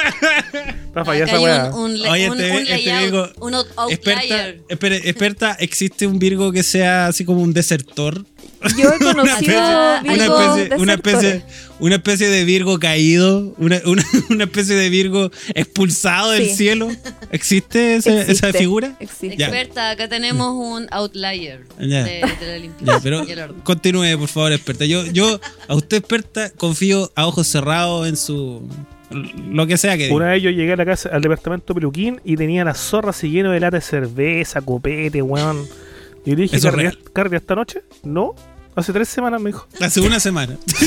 Está fallada Acá esa hay weá. un, un, le- Oye, un, este- un este layout, Virgo, un out- Experta, outlier. espere, experta, ¿existe un Virgo que sea así como un desertor? Yo he conocido una Virgos especie, una, especie, desertores. una especie de Virgo caído, una, una, una especie de Virgo expulsado del Sí. cielo. ¿Existe ese- esa Existe, figura? existe. Ya. Experta, acá tenemos un outlier Ya. de, de la limpieza Ya, pero y el orden. continúe, por favor, experta. Yo, yo, a usted, experta, confío a ojos cerrados en su, lo que sea que diga. Una vez yo llegué a la casa, al departamento Peluquín y tenía la zorra así lleno de lata de cerveza, copete, weón. Y le dije, Eso es ¿carga, real. carga esta noche? No, hace tres semanas me dijo. Hace una semana. sí,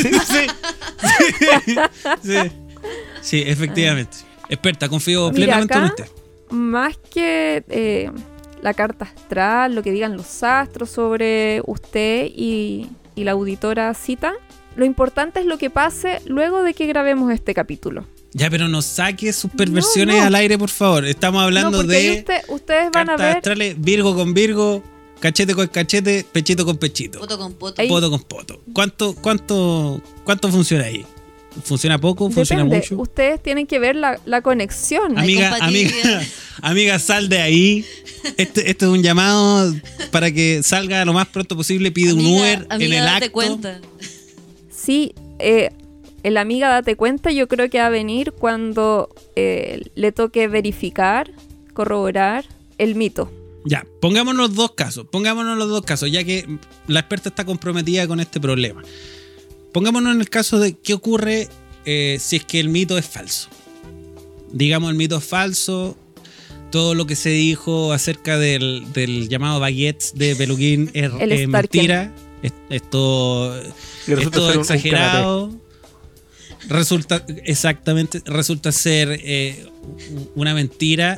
sí, sí. Sí, efectivamente. Experta, confío Mira, plenamente en acá- usted. Más que eh, la carta astral, lo que digan los astros sobre usted y, y la auditora Cita, lo importante es lo que pase luego de que grabemos este capítulo. Ya, pero no saque sus perversiones No, no. al aire, por favor. Estamos hablando No, porque ahí de usted- ustedes van a cartas ver... astrales, Virgo con Virgo, cachete con cachete, pechito con pechito, Poto con poto. Ahí- poto con poto. ¿Cuánto, cuánto, cuánto funciona ahí? ¿Funciona poco? ¿Funciona Depende, mucho? ustedes tienen que ver la, la conexión. Hay Amiga, amiga, compatibilidad. amiga, sal de ahí. Este, este es un llamado para que salga lo más pronto posible. Pide un Amiga, Uber amiga, en el date acto. cuenta. Sí, eh, el amiga date cuenta, yo creo que va a venir cuando eh, le toque verificar, corroborar el mito. Ya, pongámonos los dos casos. Pongámonos los dos casos, ya que la experta está comprometida con este problema. Pongámonos en el caso de qué ocurre eh, si es que el mito es falso. Digamos, el mito es falso. Todo lo que se dijo acerca del, del llamado baguettes de Peluquín es, El es Starken. mentira. Es, esto Y resulta es todo ser un- un exagerado. Resulta, exactamente, resulta ser eh, una mentira.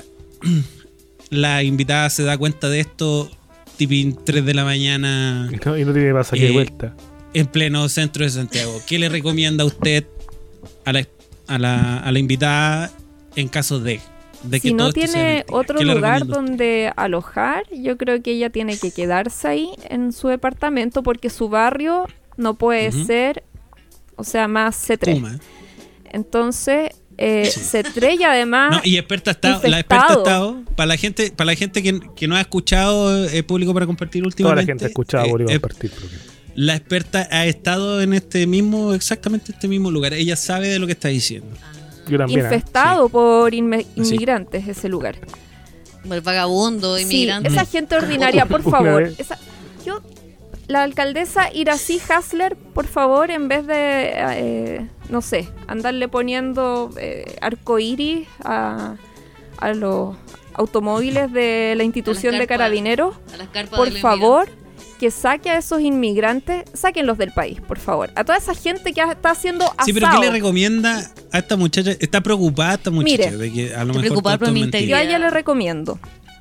La invitada se da cuenta de esto tipín tres de la mañana Y no, y no tiene pasaje de Eh, vuelta. en pleno centro de Santiago. ¿Qué le recomienda a usted a la, a la, a la invitada en caso de, de que Si todo no esto sea tiene mentira? otro ¿Qué le lugar recomienda usted? donde alojar, yo creo que ella tiene que quedarse ahí en su departamento porque su barrio no puede Ujú. ser, o sea, más C tres. Puma. Entonces, eh, Sí. C tres y además... No, y experta está, la experta ha estado, para la gente, para la gente que, que no ha escuchado eh, Público para Compartir Toda últimamente. la gente ha escuchado eh, Bolívar eh, partir. Peluquín. la experta ha estado en este mismo, exactamente este mismo lugar. Ella sabe de lo que está diciendo. Yo también. ¿eh? infestado por inme- Así. inmigrantes ese lugar. Como el vagabundo, Sí, inmigrante. esa gente ordinaria, por Una favor. vez. Esa- yo, la alcaldesa Iracy Hasler, por favor, en vez de, eh, no sé, andarle poniendo eh, arcoíris a, a los automóviles de la institución de carpas, carabineros, A las carpas por de los favor, que saque a esos inmigrantes, sáquenlos del país, por favor. A toda esa gente que está haciendo asado. Sí, pero ¿qué le recomienda a esta muchacha? Está preocupada esta muchacha Mire, de que a lo estoy mejor preocupada todo por esto mi es mentira. Yo a integridad. ella le recomiendo,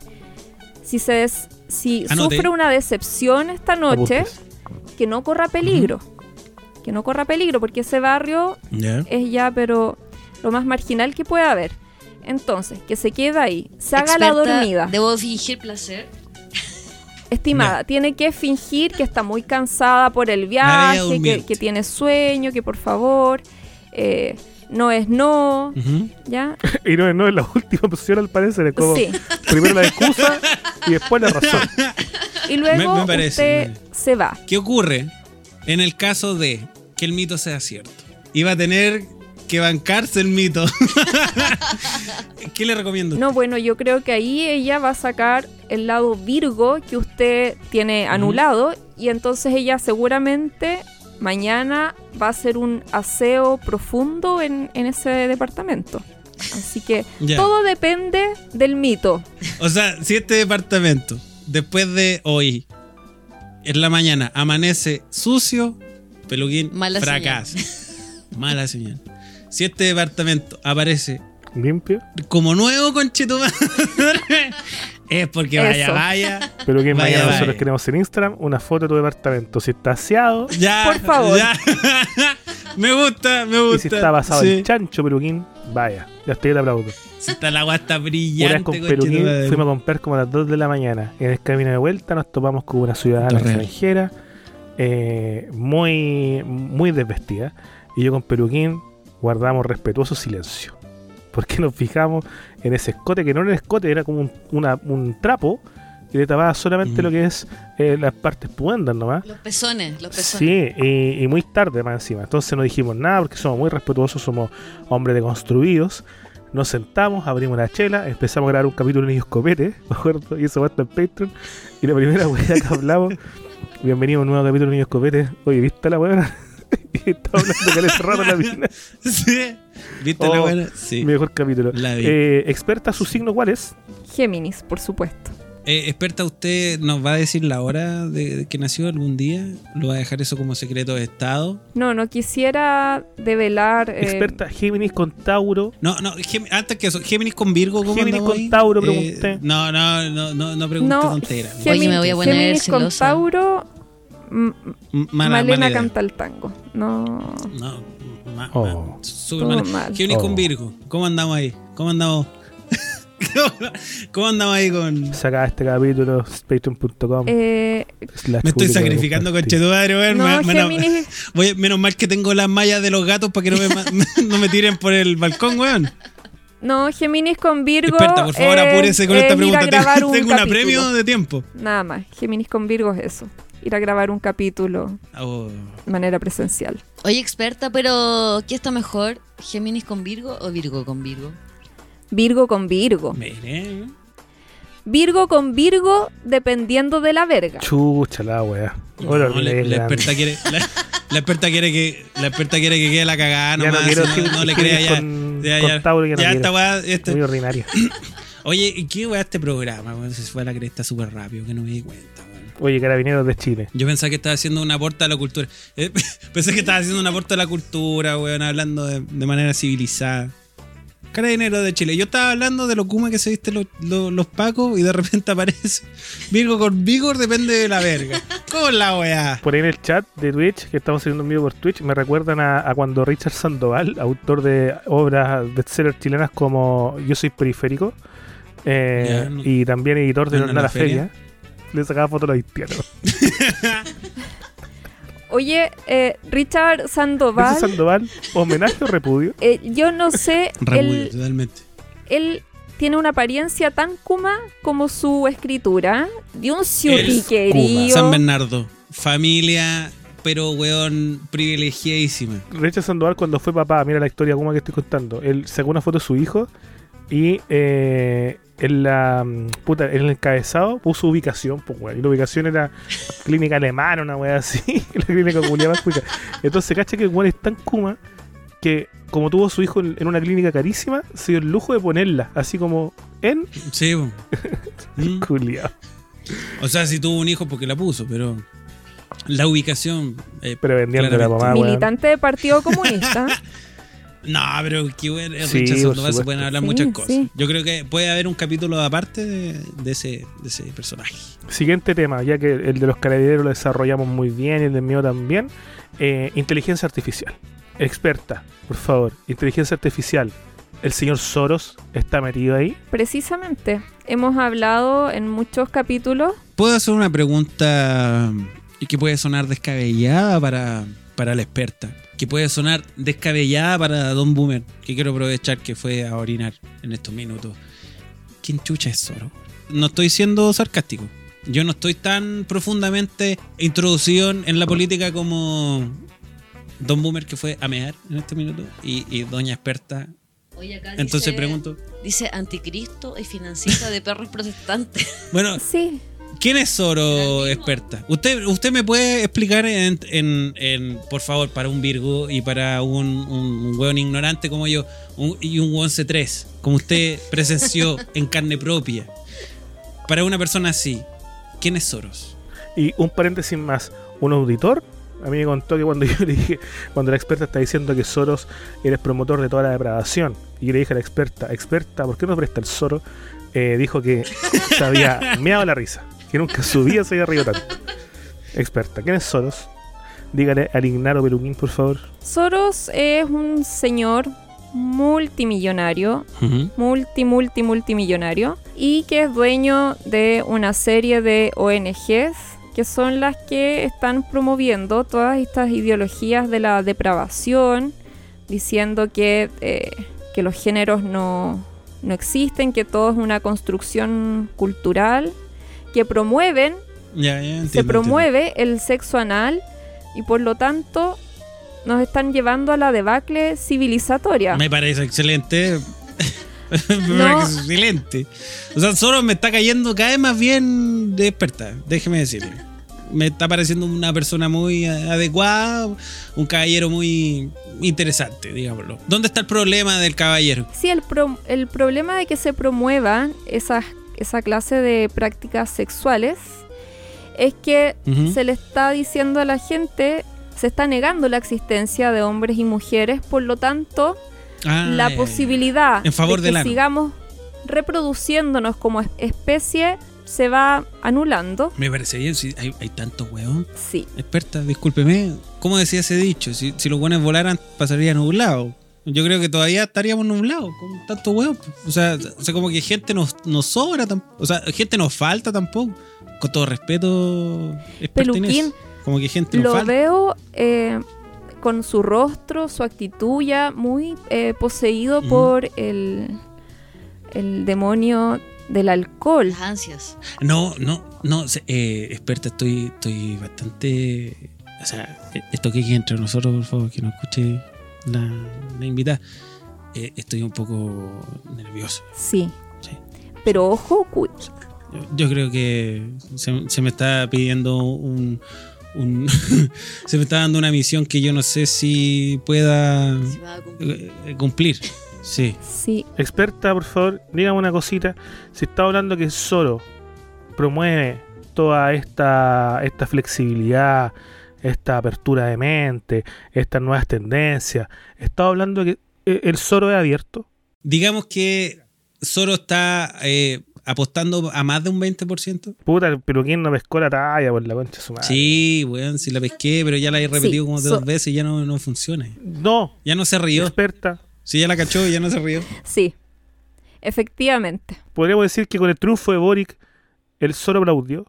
si se des- si Anote. sufre una decepción esta noche, Apuntes. que no corra peligro. Que no corra peligro, porque ese barrio Ya. es ya, pero lo más marginal que pueda haber. Entonces, que se quede ahí, se haga la Experta, dormida. Debo fingir placer. Estimada, tiene que fingir que está muy cansada por el La viaje, bella que, durmiente. que tiene sueño, que por favor, eh, no es no, Ujú. ¿ya? Y no, no es la última opción al parecer. Es como Sí. primero la excusa y después la razón. Y luego Me- me parece, usted se va. ¿Qué ocurre en el caso de que el mito sea cierto? Iba a tener que bancarse el mito. ¿Qué le recomiendo? No, bueno, yo creo que ahí ella va a sacar el lado Virgo que usted tiene anulado y entonces ella seguramente mañana va a hacer un aseo profundo en, en ese departamento. Así que Ya. todo depende del mito. O sea, si este departamento, después de hoy, en la mañana, amanece sucio, Peluquín Mala fracasa. Mala señal. Si este departamento aparece Limpio. como nuevo, conchetumare, es porque vaya, Eso. vaya. Pero que Vaya, mañana vaya. nosotros queremos en Instagram una foto de tu departamento. Si está aseado Ya, Por favor. ya. me gusta, me gusta. y si está basado Sí. en chancho, Peluquín, vaya. Ya estoy, te aplaudo. Si está la agua está Una vez brillante, con Peluquín conchetumare. fuimos a comprar como a las dos de la mañana. En el camino de vuelta nos topamos con una ciudadana Torreal. extranjera eh, muy, muy desvestida. Y yo con Peluquín guardamos respetuoso silencio. Porque nos fijamos en ese escote, que no era un escote, era como un, una- un trapo que le tapaba solamente Mm. lo que es eh, las partes pudendas nomás. Los pezones, los pezones. Sí, y, y muy tarde más encima. Entonces no dijimos nada porque somos muy respetuosos, somos hombres deconstruidos. Nos sentamos, abrimos la chela, empezamos a grabar un capítulo de Niños Copete, me acuerdo, y eso va a estar en Patreon. Y la primera weá que hablamos, bienvenido a un nuevo capítulo de Niños Copete. Oye, ¿viste la weá? Y estaba hablando que le cerraron la mina. Sí. ¿Viste Oh, la buena? Sí. Mi mejor capítulo. La vi. Eh, experta, ¿su signo cuál es? Géminis, por supuesto. Eh, experta, ¿usted nos va a decir la hora de, de que nació algún día? ¿Lo va a dejar eso como secreto de Estado? No, no quisiera develar. eh, Experta, Géminis con Tauro. No, no, Gem- antes que eso, Géminis con Virgo, ¿cómo Géminis andamos con ahí? Tauro, Eh, pregunté. no, no, no, no, no pregunte no, tontera. Géminis, Oye, me voy a poner Géminis con celosa. Tauro. m- M- mala- Malena mala idea. canta el tango. No. No, ma- Oh. ma- súper Todo mal. mal. Géminis Oh. con Virgo, ¿cómo andamos ahí? ¿Cómo andamos? ¿Cómo andamos ahí con...? Saca este capítulo, patreon punto com. Eh, slash Me estoy público sacrificando con compartir. Chetumadre, weón. no, Me- me- no- Géminis. voy- menos mal que tengo las mallas de los gatos para que no me, ma- no me tiren por el balcón, weón. No, Géminis con Virgo. Experta, por favor, es- apúrese con es esta ir a pregunta. grabar Tengo, un tengo un capítulo. apremio de tiempo. Nada más. Géminis con Virgo es eso. Ir a grabar un capítulo Oh. de manera presencial. Oye, experta, pero ¿qué está mejor? ¿Géminis con Virgo o Virgo con Virgo? Virgo con Virgo. Mire. Virgo con Virgo dependiendo de la verga. Chucha la wea. Ahora No, la, le- la le- experta quiere, la, la experta quiere que la experta quiere que quede la cagada Ya no nomás. quiero si no, Géminis- no le Géminis crea ya. con- ya, con ya. Tauro, ya no Ya quiero. esta weá, este- Muy ordinario. Oye, ¿y qué weá este programa? weón? Se fue a la cresta súper rápido, que no me di cuenta, weón. Oye, Carabineros de Chile. Yo pensaba que estaba haciendo un aporte a la cultura. Eh, pensé que estaba haciendo un aporte a la cultura, weón, hablando de, de manera civilizada. Carabineros de Chile. Yo estaba hablando de lo kuma que se viste los, los, los pacos y de repente aparece Virgo con Vigor, depende de la verga. ¿Cómo es la weá? Por ahí en el chat de Twitch, que estamos haciendo un video por Twitch, me recuerdan a, a cuando Richard Sandoval, autor de obras bestsellers chilenas como Yo soy periférico, eh, Ya, no- y también editor de no No en la la feria, le sacaba fotos a los haitianos. Oye, eh, Richard Richard Sandoval, Sandoval, homenaje o repudio. eh, yo no sé, Repudio, él, totalmente. él tiene una apariencia tan kuma como su escritura. De un ciuti Es querido. San Bernardo. Familia, pero weón, privilegiadísima. Richard Sandoval cuando fue papá, mira la historia como que estoy contando. Él sacó una foto de su hijo y eh, en la mm, puta, en el encabezado puso ubicación, pues weón. Y la ubicación era clínica alemana, una weá así, la clínica culiada más cuica. Entonces cacha que el weón es tan kuma que como tuvo su hijo en, en una clínica carísima, se dio el lujo de ponerla, así como en Sí, po. Mm. culiado. O sea, si tuvo un hijo porque la puso, pero la ubicación. eh, Pero vendiendo la claramente. mamá, weón. Militante del Partido Comunista. No, pero qué bueno. Sí, Richard por Sandoval se supuesto. pueden hablar Sí, muchas cosas. sí. Yo creo que puede haber un capítulo aparte de, de ese, de ese personaje. Siguiente tema, ya que el de los carabineros lo desarrollamos muy bien y el del mío también. Eh, inteligencia artificial. Experta, por favor. Inteligencia artificial. ¿El señor Soros está metido ahí? Precisamente, hemos hablado en muchos capítulos. ¿Puedo hacer una pregunta que puede sonar descabellada para, para la experta? Que puede sonar descabellada para Don Boomer, que quiero aprovechar que fue a orinar en estos minutos. ¿Quién chucha es Soros? No estoy siendo sarcástico. Yo no estoy tan profundamente introducido en la política como Don Boomer, que fue a mear en este minuto, y, y Doña Experta. Oye, acá Entonces dice, pregunto, dice anticristo y financista de perros protestantes. bueno, Sí, ¿quién es Soro, ¿Será el mismo? experta? ¿Usted, usted me puede explicar, en, en- en- por favor, para un Virgo y para un, un, un hueón ignorante como yo, un- y un hueón C tres, como usted presenció en carne propia, para una persona así, ¿quién es Soros? Y un paréntesis más. Un auditor a mí me contó que cuando yo le dije, cuando la experta está diciendo que Soros eres promotor de toda la depravación, y yo le dije a la experta, experta, ¿por qué no presta el Soro? Eh, dijo que se había meado la risa, que nunca en su vida se había reído tanto. Experta, ¿quién es Soros? Dígale al Ignaro Peluquín, por favor. Soros es un señor multimillonario, Ujú. multi, multi, multimillonario, y que es dueño de una serie de O N Ges que son las que están promoviendo todas estas ideologías de la depravación, diciendo que, eh, que los géneros no, no existen, que todo es una construcción cultural, que promueven, Ya, ya, entiendo, se promueve el sexo anal y por lo tanto nos están llevando a la debacle civilizatoria. entiendo. Me parece excelente. me No. parece excelente. O sea, Soros me está cayendo cada vez más bien de experta, déjeme decirle. me está pareciendo una persona muy adecuada, un caballero muy interesante, digámoslo. ¿Dónde está el problema del caballero? Sí, el, pro- el problema de que se promuevan esas, esa clase de prácticas sexuales es que Uh-huh. se le está diciendo a la gente, se está negando la existencia de hombres y mujeres, por lo tanto, Ah, la eh, posibilidad en favor de del que ano. sigamos reproduciéndonos como es- especie se va anulando. Me parece bien, si hay, hay tanto weón. Sí, Experta, discúlpeme, ¿cómo decía ese dicho? Si, si los weones volaran, pasarían nublados. Yo creo que todavía estaríamos nublados con tanto weón. O sea, o sea como que gente nos, nos sobra, tam- o sea, gente nos falta tampoco. Con todo respeto, experta Inés. Peluquín, Como que gente nos lo falta. veo eh, con su rostro, su actitud ya muy eh, poseído Ujú. por el, el demonio del alcohol. Las ansias. No, no, no, se- eh, experta, estoy, estoy bastante. O sea, eh, esto que hay entre nosotros, por favor, que no escuche la, la invitada. Eh, estoy un poco nervioso. Sí, Sí. pero ojo, cu- Yo, yo creo que se, se me está pidiendo un. un se me está dando una misión que yo no sé si pueda Si va a cumplir. eh, cumplir. Sí. sí, Experta, por favor, dígame una cosita. Si está hablando que Soro promueve toda esta, esta flexibilidad, esta apertura de mente, estas nuevas tendencias, está hablando que eh, el Soro es abierto. Digamos que Soro está eh, apostando a más de un veinte por ciento. Puta, pero ¿quién no pescó la talla por la concha de su madre? Sí, weón, sí la pesqué, pero ya la he repetido Sí, como so- dos veces y ya no, no funciona. No, Ya no se rió. experta. Sí, ya la cachó y ya no se rió. sí, efectivamente. Podríamos decir que con el triunfo de Boric, el Soro aplaudió.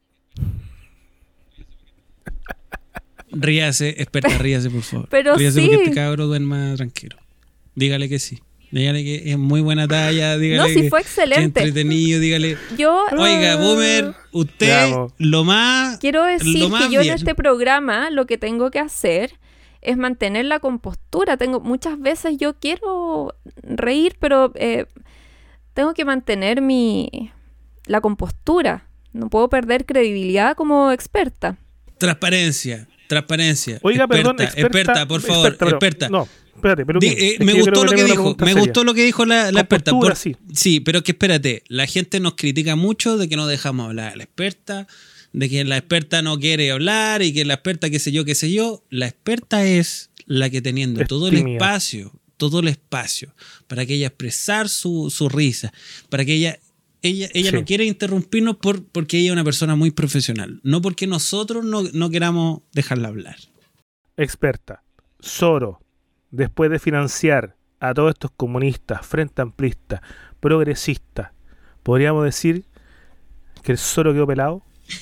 Ríase, experta, ríase, por favor. Pero ríase sí. porque este cabro duerma tranquilo. Dígale que sí. Dígale que es muy buena talla. Dígale No, sí que fue que es excelente. entretenido. Dígale, Yo oiga, Boomer, usted Bravo. lo más. quiero decir lo más que yo bien. en este programa lo que tengo que hacer es mantener la compostura. Tengo muchas veces yo quiero reír, pero eh, tengo que mantener mi la compostura. No puedo perder credibilidad como experta. Transparencia, transparencia. Oiga, experta, perdón, experta. experta, por favor, experta, pero- experta. No, espérate, pero Di- ¿qué? eh, Es que me yo gustó creo lo que que tengo una dijo, pregunta me seria. gustó lo que dijo la, la experta. Compostura, Por- sí. sí, pero que espérate, la gente nos critica mucho de que no dejamos hablar a la experta, de que la experta no quiere hablar y que la experta qué sé yo, qué sé yo. La experta es la que teniendo Es todo el tímida. espacio, todo el espacio para que ella expresar su, su risa, para que ella ella, ella Sí. no quiere interrumpirnos por, porque ella es una persona muy profesional, no porque nosotros no, no queramos dejarla hablar. Experta. Soro, después de financiar a todos estos comunistas, frente amplistas, progresistas, podríamos decir que el Soro quedó pelado.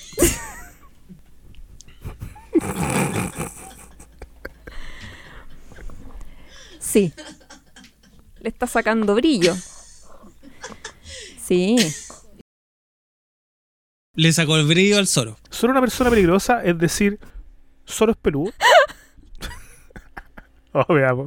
Sí. Le está sacando brillo. Sí. Le sacó el brillo al Soro. Soro es una persona peligrosa, es decir, Soro es peludo. Oh, veamos.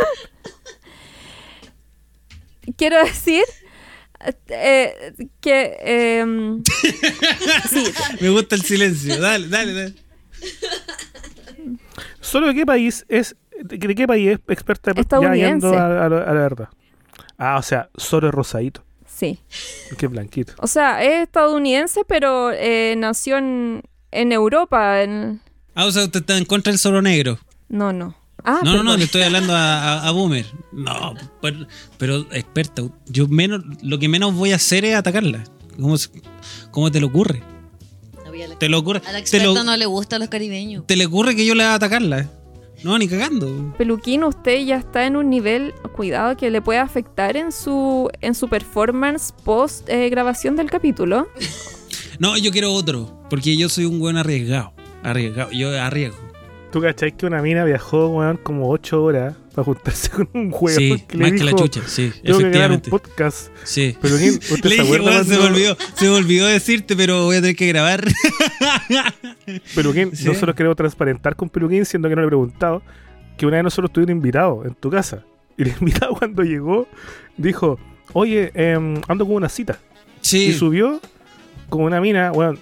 Quiero decir eh, que em, sí, Me gusta el silencio. Dale, dale, dale. ¿Soro de qué país es? ¿De qué de qué país es experta? Ya Estadounidense. yendo a, a lo- a la verdad. Ah, o sea, Soro es rosadito. sí. Qué blanquito. O sea, es estadounidense, pero eh, nació en, en Europa. En... Ah, o sea, usted está en contra del Soro negro. No, no. Ah, No, no, no, perdón. le estoy hablando a, a, a Boomer. No, pero, pero experta, yo menos, lo que menos voy a hacer es atacarla. ¿Cómo, se- cómo te le ocurre? No, y a la, ¿Te lo ocurre? a la ¿Te, experta lo- no le gustan los caribeños. ¿Te le ocurre que yo le va a atacarla? No, ni cagando. Peluquín, usted ya está en un nivel, cuidado, que le puede afectar en su en su performance post eh, grabación del capítulo. No, yo quiero otro, porque yo soy un buen arriesgado. Arriesgado, yo arriesgo. ¿Tú cachai que una mina viajó, weón, como ocho horas para juntarse con un juego? Sí, que más le que la dijo, chucha, sí, tengo que grabar un efectivamente. podcast. Sí. Pero ¿quién? ¿Usted Le se dije, acuerda weón, se me cuando- olvidó, se me olvidó decirte, pero voy a tener que grabar. Peluquín, Sí. nosotros queremos transparentar con Peluquín, siendo que no le he preguntado, que una vez nosotros tuvimos un invitado en tu casa. Y el invitado cuando llegó dijo, oye, em, ando con una cita. Y Sí, subió con una mina, weón,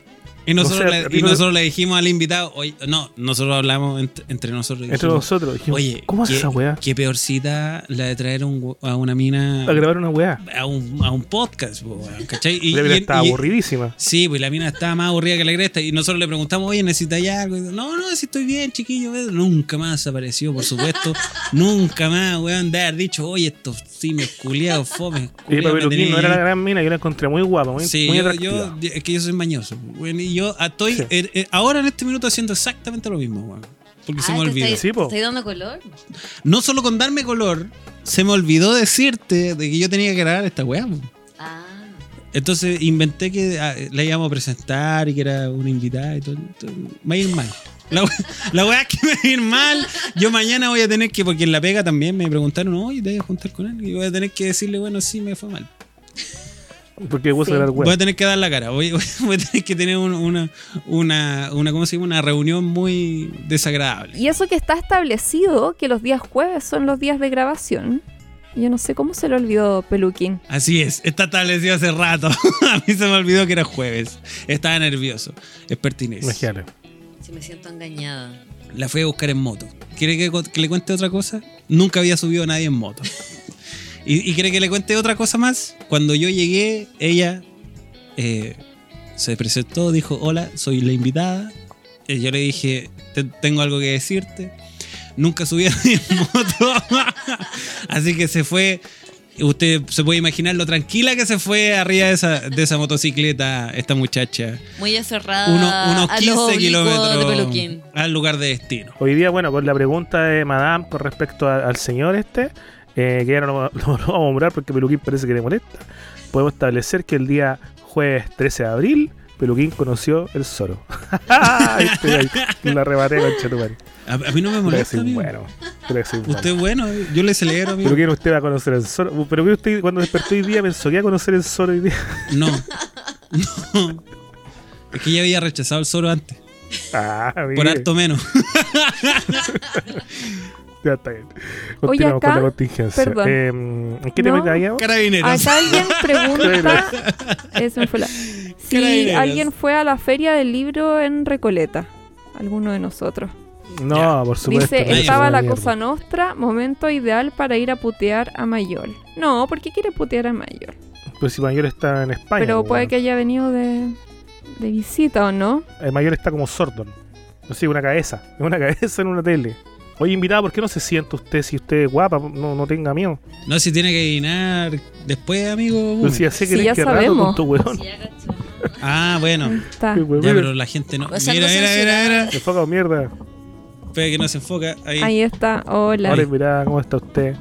Y nosotros, No sé, le, a ti y no- nosotros le dijimos al invitado, oye, no, nosotros hablamos ent- entre nosotros. y Entre dijimos, nosotros dijimos, oye, ¿cómo hace qué, esa weá? qué peor cita la de traer un gu- a una mina A grabar una weá. a un, a un podcast, po, weón, ¿cachai? Y, La mina y- estaba y- aburridísima. Sí, pues la mina estaba más aburrida que la cresta. Y nosotros le preguntamos, oye, ¿necesitas algo? Y dice, no, no, si estoy bien, chiquillo. ¿ves? Nunca más apareció, por supuesto. Nunca más, weón, de haber dicho, oye, estos simios culiados, fomes. Y culiados, para me Peluquín no tenéis- era la gran mina, yo la encontré muy guapa, muy, Sí, muy yo, atractiva. yo- es que yo soy mañoso. Bueno, y yo estoy Sí. eh, eh, ahora en este minuto haciendo exactamente lo mismo, weón. Porque se Ah, me ¿te olvidó. estáis- Sí, po. ¿te estáis dando color? No solo con darme color, se me olvidó decirte de que yo tenía que grabar esta weá, po. Ah. Entonces inventé que ah, la íbamos a presentar y que era una invitada y todo. todo. Me va a ir mal. La, we- la weá es que me va a ir mal. Yo mañana voy a tener que, porque en la pega también me preguntaron, oye, ¿te vas a juntar con él? Y voy a tener que decirle, bueno, sí, me fue mal. Porque vos Sí. a dar Voy weá. a tener que dar la cara. Voy, voy- voy a tener que tener un- una, una, una, ¿cómo se llama? Una reunión muy desagradable. Y eso que está establecido, que los días jueves son los días de grabación. Yo no sé cómo se le olvidó Peluquín. Así es, está establecido hace rato. A mí se me olvidó que era jueves. Estaba nervioso. Es pertinente. Imagínate. Si me siento engañada. La fui a buscar en moto. ¿Quiere que, que le cuente otra cosa? Nunca había subido a nadie en moto. ¿Y, y quiere que le cuente otra cosa más? Cuando yo llegué, ella eh, se presentó, dijo, hola, soy la invitada. Y yo le dije, "Te- tengo algo que decirte. Nunca subí a nadie en moto. Así que se fue. Usted se puede imaginar lo tranquila que se fue arriba de esa, de esa motocicleta esta muchacha. Muy aferrada Uno- unos a los quince oblicuos kilómetros de Peluquín. al lugar de destino. Hoy día, bueno, con la pregunta de Madame con respecto a- al señor este, eh, que ya no lo, no lo vamos a nombrar porque Peluquín parece que le molesta, podemos establecer que el día jueves trece de abril, Peluquín conoció el Zoro. Estoy ahí, la rebaté con Chetumare. A, a mí no me molesta, amigo. Bueno, creo que soy bueno. Usted es bueno, yo le celebro, amigo. Peluquín, usted va a conocer el Zoro. Pero que usted cuando despertó hoy día pensó que iba a conocer el Zoro hoy día. No. No. Es que ya había rechazado el Zoro antes. Ah, Por mire. harto menos. Ya está bien. Oye, Continuamos acá, con la contingencia. perdón. Eh, ¿En qué No. tema habíamos? Carabineros. Acá alguien pregunta. Eso me fue la- Si Carabineros. alguien fue a la feria del libro en Recoleta. Alguno de nosotros. No, por supuesto. Dice, que estaba es la una cosa mierda. nostra, momento ideal para ir a putear a Mayol. No, ¿por qué quiere putear a Mayol? Pues si Mayor está en España. Pero pues, puede bueno. que haya venido de, de visita o no. El Mayor está como Sordon. No sé, una cabeza. Es una cabeza en una tele. Oye, invitado, ¿por qué no se siente usted si usted es guapa? No, no tenga miedo. No, si tiene que adivinar después, amigo. Pero si ya sé que Sí, eres ya que rato, sabemos. tonto weón. Sí, ya cacho. Ah, bueno. Está. Qué weón, Ya, mira. pero la gente no. O sea, Mira, no mira, mira, censurada. mira. Me enfoca mierda. Espera que no se enfoca. Ahí. Ahí está. Hola. Ahora, invitado, ¿cómo está usted?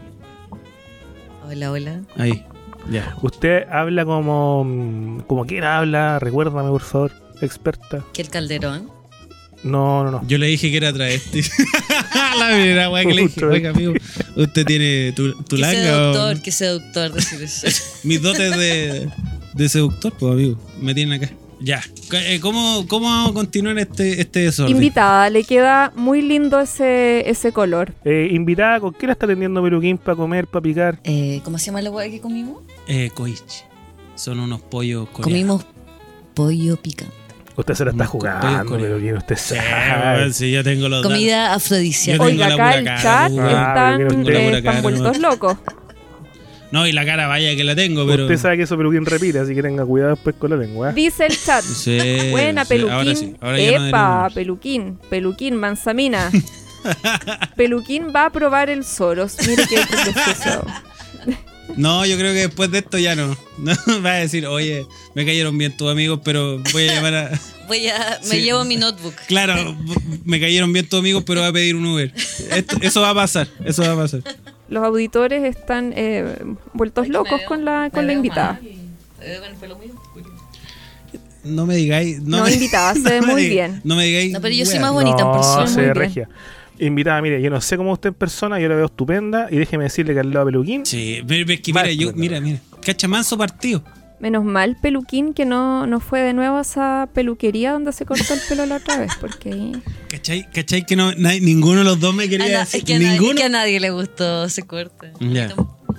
Hola, hola. Ahí. Ya. Usted habla como. mm, Como quiera habla. Recuérdame, por favor, experta. Que el Calderón. No, no, no. Yo le dije que era travesti. La primera weá que le dije. Puta. Oiga, amigo, ¿usted tiene tu, tu Qué langa o seductor, qué seductor decir eso. mis dotes de, de seductor? Pues, amigo, me tienen acá. Ya. Eh, ¿Cómo, cómo vamos a continuar este, este desorden? Invitada, le queda muy lindo ese, ese color. Eh, invitada, ¿con qué la está atendiendo Peluquín para comer, para picar? Eh, ¿Cómo se llama la hueá que comimos? Eh, koichi. Son unos pollos coreanos. Comimos pollo picante. Usted se la está Unos jugando, pollos coreanos. Peluquín. Usted Sí, sabe. weón, sí, yo tengo los datos. Comida Yo afrodisíaca. tengo Oiga, la acá pura el cara, chat weón. están, Tengo la eh, pura están cara, vueltos locos. No, y la cara vaya que la tengo, pero... Usted sabe que eso Peluquín repite, así que tenga cuidado después con la lengua. Dice el chat. Sí, Buena, sí, Peluquín. ahora sí, ahora ya no Epa, deberíamos. Peluquín. Peluquín, manzamina. Peluquín va a probar el Soros. Mire qué precioso. No, yo creo que después de esto ya no. No va a decir, oye, me cayeron bien tus amigos, pero voy a llamar a... Voy a, me Sí. llevo mi notebook. Claro, me cayeron bien tus amigos, pero voy a pedir un Uber. Esto- eso va a pasar, eso va a pasar. Los auditores están eh, vueltos locos con la, con la invitada. ¿Me veo con el pelo muy oscuro? No me digáis... No, No, me, invitada, se ve me muy diga- bien. No me digáis... No, pero yo soy wea. más bonita en no, persona. se Muy ve bien. regia. Invitada, mire, yo no sé cómo usted en persona, yo la veo estupenda. Y déjeme decirle que al lado de Peluquín, Sí, pero es que mira, Mal, yo, pues, mira, mira. Cacha manso partido. Menos mal, Peluquín, que no, no fue de nuevo a esa peluquería donde se cortó el pelo la otra vez. Porque ahí... ¿Cachai? ¿Cachai? Que no, nadie- ninguno de los dos me A quería na- decir. es que a, nadie, ninguno. que a nadie le gustó ese corte. Ya.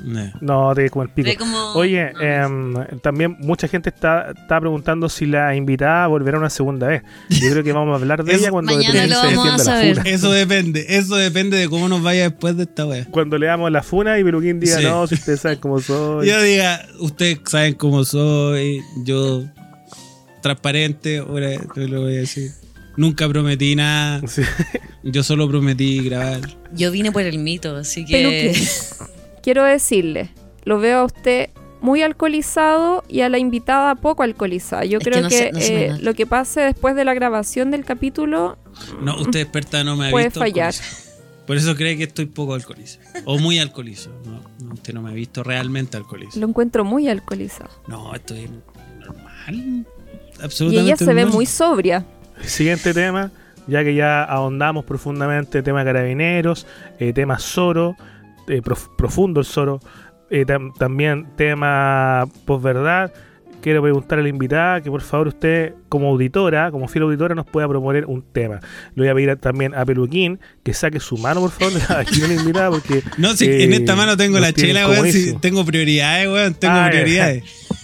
No. No, te ves como el pico. Ve como- Oye, no, em, también mucha gente está, está preguntando si la invitada volverá una segunda vez. Yo creo que vamos a hablar de Eso- ella cuando Mañana Peluquín lo se vamos a defienda la saber. funa. Eso depende, eso depende de cómo nos vaya después de esta wea. Cuando le damos la funa y Peluquín diga, Sí. no, si ustedes saben cómo soy. Yo diga, ustedes saben cómo soy, yo transparente, ahora te lo voy a decir. Nunca prometí nada, Sí. yo solo prometí grabar. Yo vine por el mito, así que. Peluquín, quiero decirle, lo veo a usted muy alcoholizado y a la invitada poco alcoholizada. Yo Es que creo no que, sé- no se me eh, nota. lo que pase después de la grabación del capítulo No, usted experta no me ha puede visto fallar. alcoholizado. Por eso cree que estoy poco alcoholizado. O muy alcoholizado. No, no, usted no me ha visto realmente alcoholizado. Lo encuentro muy alcoholizado. No, estoy normal. Y Absolutamente ella se ve normal. muy sobria. Siguiente tema, ya que ya ahondamos profundamente tema carabineros, eh, tema Zoro, eh, prof- profundo el Zoro, eh, tam- también tema posverdad. Quiero preguntar a la invitada que por favor usted, como auditora, como fiel auditora, nos pueda proponer un tema. Le voy a pedir a- también a Peluquín que saque su mano, por favor, aquí no la invitada, porque No, si eh, en esta mano tengo nos la tienen chela, weón. Si comodísimo. tengo prioridades, weón. Tengo Ah, ya. prioridades.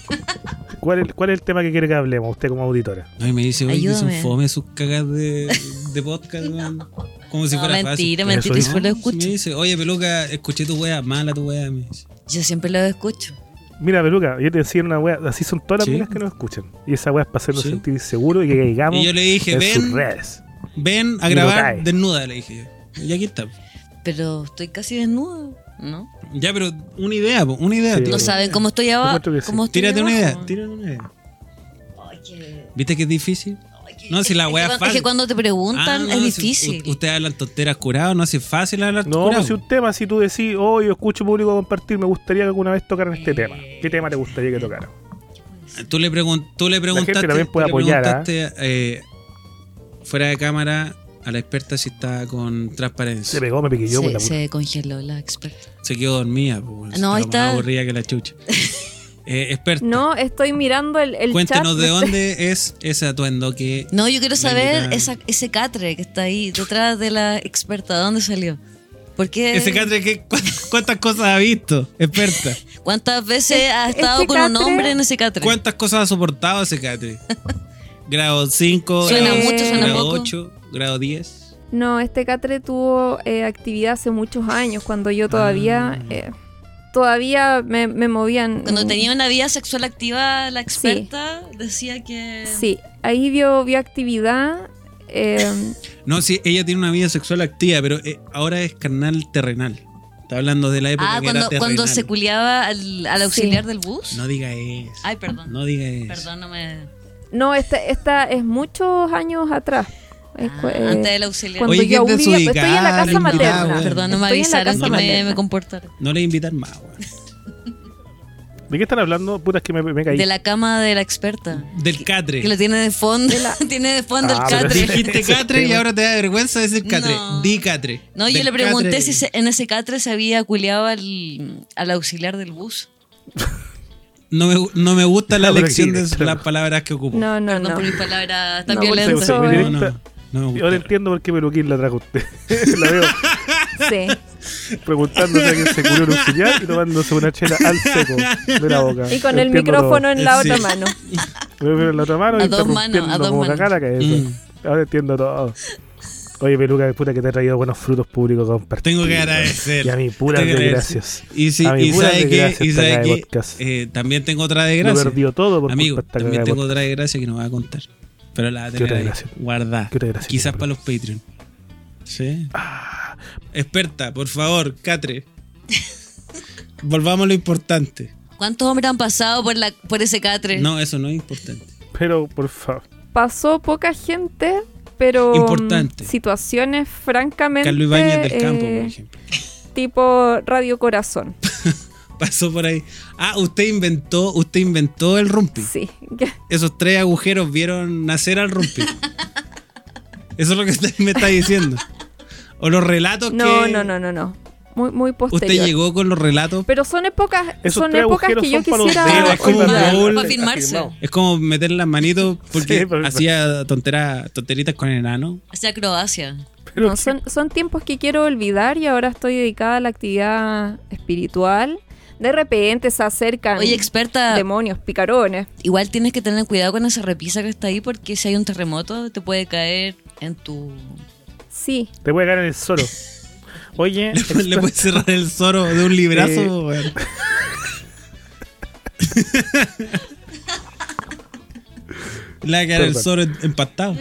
¿Cuál es, ¿Cuál es el tema que quiere que hablemos, usted como auditora? No, y me dice, oye, que son Ayúdame. fome sus cagas de, de podcast, weón. Como si No, fuera mentira, fácil. mentira, Eso si lo No, escucho. Me dice, oye, Peluca, escuché tu wea, mala tu wea. Me dice. Yo siempre lo escucho. Mira, Peluca, yo te decía una wea, así son todas las Sí. minas que nos escuchan. Y esa wea es para hacernos Sí. sentir seguros y que caigamos Y yo le dije, en sus ven, redes. ven a Y lo grabar cae. desnuda, le dije yo. Y aquí está. Pero estoy casi desnudo, ¿no? Ya, pero una idea, po, una idea. Sí. tírate No una saben idea. cómo estoy abajo. encuentro que sí. cómo estoy Tírate una idea, abajo. tírate una idea. Ay, que- ¿Viste que es difícil? ay, que- No, si la es que wea es cuando- fácil. Es que cuando te preguntan Ah, no, es si difícil. u- Ustedes hablan tonteras curados, no hace fácil hablar No, curado. pues si un tema, si tú decís, oh, yo escucho público compartir, me gustaría que alguna vez tocaran este Eh. tema. ¿Qué tema te gustaría que tocaran? Tú le, pregun tú le preguntaste, gente también puede tú le apoyar, ¿ah? preguntaste, eh, fuera de cámara a la experta si está con transparencia. Se pegó, me piquilló por la se, puta. se congeló la experta. Se quedó dormida. Pues, No, ahí está está. más aburrida que la chucha. Eh, experta, No, estoy mirando el, el cuéntenos chat. de dónde es ese atuendo que... No, yo quiero La saber invitada. esa, ese catre que está ahí detrás de la experta. ¿De dónde salió? Porque Ese catre, que, ¿cu- ¿cuántas cosas ha visto, experta? ¿Cuántas veces has Este estado con un catre- hombre en ese catre? ¿Cuántas cosas ha soportado ese catre? Grado cinco, Suena grado, mucho, suena grado poco. ocho, grado diez. No, este catre tuvo eh, actividad hace muchos años, cuando yo todavía Ah. eh, todavía me, me movían. Cuando tenía una vida sexual activa, la experta decía que... Sí, ahí vio, vio actividad. eh, No, sí, ella tiene una vida sexual activa, pero eh, ahora es carnal terrenal. Está hablando de la época Ah, que cuando, era terrenal. cuando se culiaba al, al auxiliar del bus. No diga eso. Ay, perdón. No diga eso. Perdón, no me... no, esta, esta es muchos años atrás. Es Ah, cu- eh, antes del auxiliar. cuando Oye, yo aún qué vivía, estoy en la desubicada casa la invitada, materna. weón. Perdón, no me Estoy en la avisaron casa que me, materna. me comportara. No le invitan más, weón. ¿De qué están hablando? Puta, es que me, me caí. De la cama de la experta. Del catre. Que lo tiene de fondo. tiene de fondo Ah, el pero catre. sí. Dijiste Ese catre y tema. ahora te da vergüenza decir catre. No. Di catre. No, yo Del le pregunté catre. si se- en ese catre se había culiado al, al auxiliar del bus. No me, no me gusta la No, pero elección aquí, de extremo. las palabras que ocupo. No, no, Perdón no. por mis palabras tan No, por violentas. eso, no, directa- no, no me gusta. Ahora entiendo por qué Peluquín la trajo usted. La veo Sí. preguntándose a quién se curó un auxiliar y tomándose una chela al seco de la boca. Y con el Entiendo micrófono todo. en la Sí. otra mano. Pero en la otra mano A y dos manos, a interrumpiendo dos como manos. cagada que es eso. Mm. Ahora entiendo todo. Oye, Peluca, puta que te ha traído buenos frutos públicos compartidos. Tengo que agradecer. Y a mí, puras Tengo que desgracias. Y, sí, A mí y puras sabe que, desgracias y esta sabe cagada de que podcast. eh, también tengo otra Lo desgracia. perdió todo por Amigo, culpa de esta también cagada de tengo podcast. otra desgracia que no voy a contar. Pero la voy a ¿Qué tener otra ahí, desgracia? guardada. ¿Qué otra desgracia Quizás tiene, para los Patreon. Sí. Ah, Experta, por favor, Catre. Volvamos a lo importante. ¿Cuántos hombres han pasado por, la, por ese catre? No, eso no es importante. pero, por favor. Pasó poca gente, pero Importante. mm, situaciones francamente Carlos Ibáñez del Campo, eh, por ejemplo. tipo Radio Corazón. Pasó por ahí. Ah, usted inventó, usted inventó el rumpi. Sí. Esos tres agujeros vieron nacer al rumpi. Eso es lo que usted me está diciendo. O los relatos No, que... no, no, no, no. Muy, muy posterior. Usted llegó con los relatos. Pero son épocas, Esos son tres épocas agujeros que yo son para los quisiera dedos, Es como un olvidar. baúl. Para firmarse. afirmado. Es como meter las manitos porque Sí, pero- hacía tontera, tonteritas con enano. Hacia Croacia. Pero No, son, son tiempos que quiero olvidar y ahora estoy dedicada a la actividad espiritual, De repente se acercan Oye, experta, demonios, picarones. igual tienes que tener cuidado con esa repisa que está ahí porque si hay un terremoto te puede caer en tu... Sí. Te puede caer en el soro. Oye, Le, le puedes cerrar el soro de un librazo, Eh, weón. Le va a quedar el Perdón. soro empastado.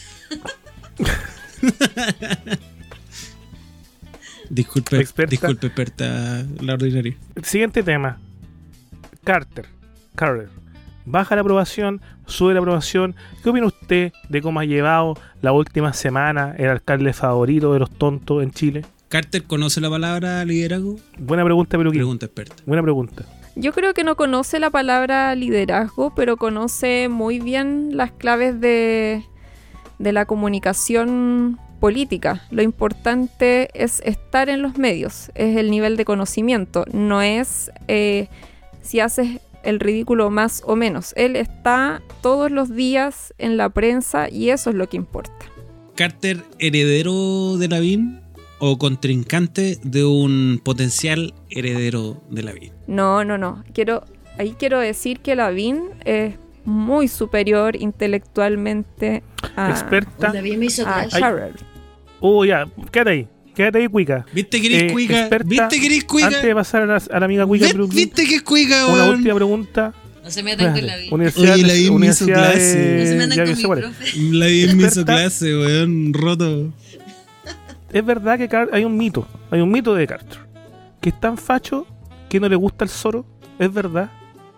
Disculpe, Experta. disculpe, experta, la ordinaria. siguiente tema. Carter. Carter. Baja la aprobación, sube la aprobación. ¿Qué opina usted de cómo ha llevado la última semana el alcalde favorito de los tontos en Chile? ¿Carter conoce la palabra liderazgo? Buena pregunta, Peluquín. Pregunta experta. Buena pregunta. Yo creo que no conoce la palabra liderazgo, pero conoce muy bien las claves de, de la comunicación política. Lo importante es estar en los medios, es el nivel de conocimiento, no es eh, si haces el ridículo más o menos. Él está todos los días en la prensa y eso es lo que importa. ¿Carter heredero de Lavín o contrincante de un potencial heredero de Lavín? No, no, no. Quiero, ahí quiero decir que Lavín es muy superior intelectualmente a, Experta. David me hizo a clase. Carter. Oh, ya, quédate ahí. Quédate ahí, Cuica. ¿Viste que eres Eh, cuica? experta, ¿Viste que eres cuica? Antes de pasar a la, a la amiga Cuica ¿Ves- Peluquín, ¿Viste que es cuica, una weón? última pregunta. No se metan con la Espérate. vida. Universidad, Oye, Lavín me hizo Universidad clase. de- No se metan ya con que mi sé cuál es. profe. Lavín me hizo Experta. clase, weón, roto. Es verdad que Car- hay un mito, hay un mito de Carter, que es tan facho que no le gusta el Zoro. ¿Es verdad?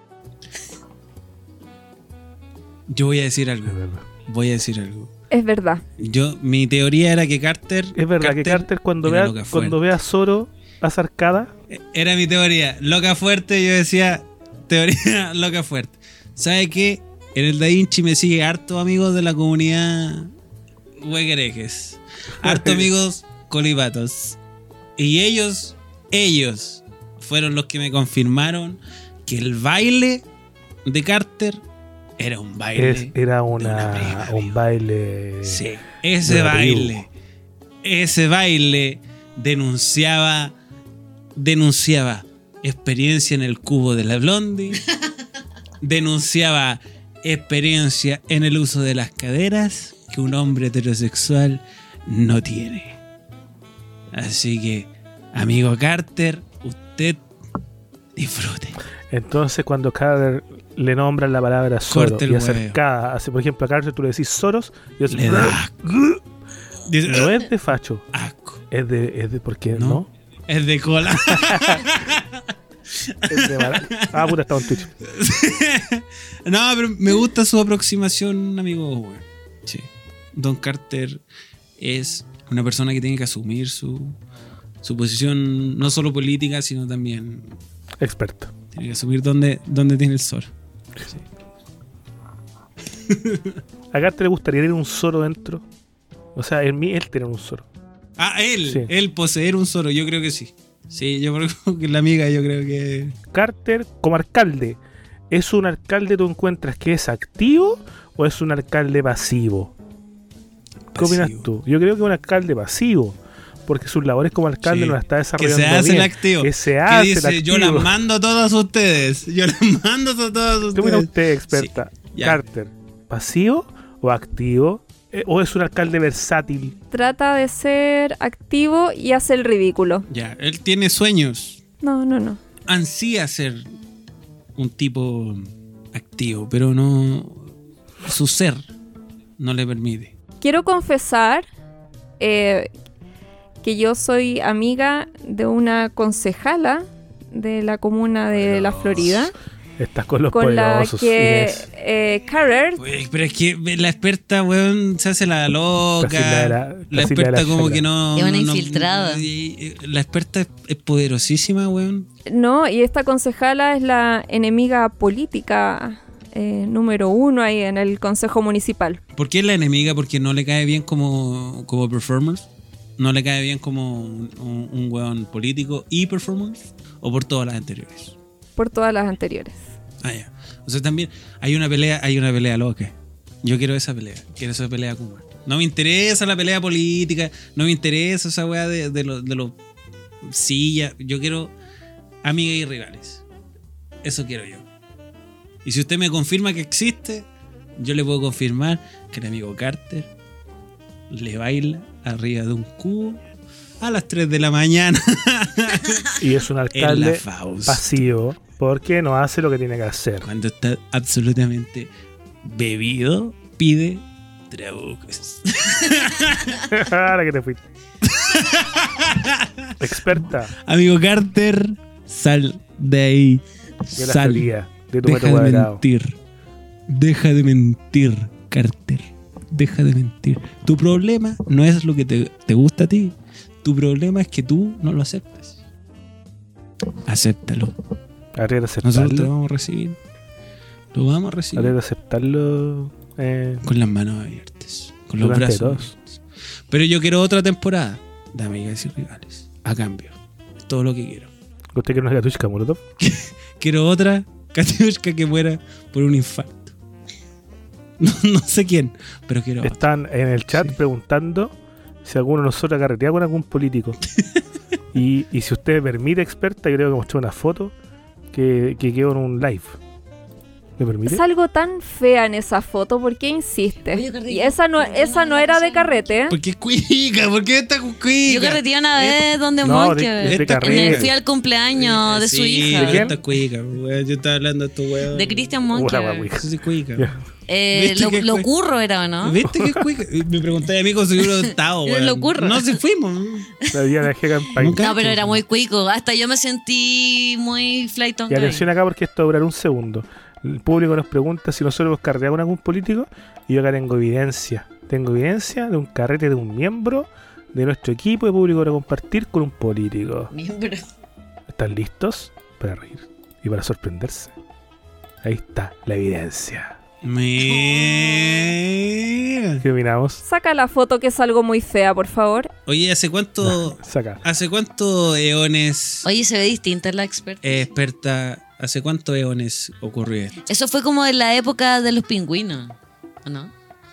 Yo voy a decir algo. Es verdad. Voy a decir algo. Es verdad. Yo, mi teoría era que Carter. Es verdad que Carter cuando era vea, loca cuando fuerte. vea a Zoro azarcada, Era mi teoría. Loca fuerte, yo decía. Teoría loca fuerte. ¿Sabe qué? En el Da Vinci me sigue harto amigos de la comunidad huequerejes. Harto amigos colibatos. Y ellos, ellos fueron los que me confirmaron que el baile de Carter era un baile. es- era de una, una prima, amigo. un baile. Sí, de ese la baile, ese baile denunciaba, denunciaba experiencia en el cubo de la Blondie, denunciaba experiencia en el uso de las caderas que un hombre heterosexual no tiene. Así que, amigo Carter, usted disfrute. Entonces, cuando Carter le nombran la palabra Zoro Corte el y huevo. acercada, así, por ejemplo, a Carter tú le decís Soros, y yo Le da asco. Dice, no es de facho, asco. es de, es de porque No. no, Es de cola. es de mala- Ah, puta, estaba en Twitch. No, pero me gusta su aproximación, amigo. Güey. Sí. Don Carter es una persona que tiene que asumir su, su posición, no solo política, sino también Experto. tiene que asumir dónde, dónde tiene el sol. A Carter le gustaría tener un Zoro dentro. O sea, él, él tener un Zoro. Ah, él, Sí. él poseer un Zoro, yo creo que sí. Sí, yo creo que la amiga, yo creo que. Carter como alcalde, ¿es un alcalde tú encuentras que es activo o es un alcalde pasivo? ¿Qué opinas Pasivo. tú? Yo creo que es un alcalde pasivo, porque sus labores como alcalde Sí. no las está Que desarrollando se hace bien. el activo. Que se Que hace dice, el yo activo. las mando a todas ustedes. Yo las mando a todas ¿Qué ustedes. opina usted, experta? Sí, ya. Carter, ¿pasivo o activo? Eh, ¿O es un alcalde versátil? Trata de ser activo y hace el ridículo. Ya, él tiene sueños. No, no, no. Ansía ser un tipo activo, pero no. Su ser no le permite. Quiero confesar eh, que yo soy amiga de una concejala de la comuna de La Florida, Estás con los con la poderosos, que Inés. eh, Carter, Uy, pero es que la experta, weón, se hace la loca. Casi la de la- La, casi la de experta la como Shayla. que no... Es una no- no- infiltrada. y- y la experta es, es poderosísima, weón. no, y esta concejala es la enemiga política eh, número uno ahí en el consejo municipal. ¿Por qué es la enemiga? Porque no le cae bien como, como performance. No le cae bien como un, un, un weón político y performance. O por todas las anteriores. Por todas las anteriores. Ah, ya. O sea, también hay una pelea, hay una pelea loca. Yo quiero esa pelea, quiero esa pelea Kuma. No me interesa la pelea política, no me interesa esa weá de, de los... De lo, sí, ya, yo quiero amigas y rivales. Eso quiero yo. Y si usted me confirma que existe, yo le puedo confirmar que el amigo Carter le baila arriba de un cubo a las tres de la mañana. Y es un En alcalde la Faust. pasivo porque no hace lo que tiene que hacer. Cuando está absolutamente bebido, pide trabucos. Ahora que te fuiste. Experta Amigo Carter, sal de ahí. de la Sal. teoría de tu Deja metro de cuadrado. mentir. Deja de mentir, Carter. Deja de mentir. Tu problema no es lo que te, te gusta a ti. Tu problema es que tú no lo aceptas. Acéptalo. Habría de Nosotros te aceptarlo. vamos a recibir. Lo vamos a recibir Habría de aceptarlo. Eh, con las manos abiertas. Con los Durante brazos dos. abiertos. Pero yo quiero otra temporada de Amigas y Rivales. A cambio. Es todo lo que quiero. ¿Usted quiere una gatushka molotov? Quiero otra Katiushka que muera por un infarto. No, no sé quién, pero quiero otra. Están en el chat Sí. preguntando si alguno de nosotros ha carreteado con algún político. y, y si usted me permite, experta, yo creo que mostré una foto que, que quedó en un live. ¿Me permite? Es algo tan fea en esa foto, ¿por qué insiste? Oye, carrete, Y esa no, carrete, esa no era de carrete, ¿eh? ¿Por qué es cuica? ¿Por qué está cuica? Yo carreteé una vez donde No, Monke. de- de Esta carrete. Me fui al cumpleaños de su Sí, hija. ¿De quién? esta cuica, weón. Yo estaba hablando de estos weón. De Christian Hola, Monker. guaguica. Sí, sí, cuica. Ya. Eh, ¿Viste lo, que lo fue? curro era, ¿o no? ¿Viste que es cuica? Me pregunté a mí con seguro de estado, Era weón. lo curro. No, si fuimos. La Diana de Campaign. Nunca- No, pero era muy cuico. Hasta yo me sentí muy flight on Y atención acá porque esto va a durar un segundo. El público nos pregunta si nosotros hemos carreteado con algún político. Y yo acá tengo evidencia. Tengo evidencia de un carrete de un miembro de nuestro equipo de público para compartir con un político. Miembro. ¿Están listos para reír y para sorprenderse? Ahí está la evidencia. Mira. ¿Qué opinamos? Saca la foto que es algo muy fea, por favor. Oye, ¿hace cuánto, Saca. hace cuántos eones, Oye, se ve distinta la experta. eh, experta, hace cuántos eones ocurrió esto? Eso fue como en la época de los pingüinos, ¿o no?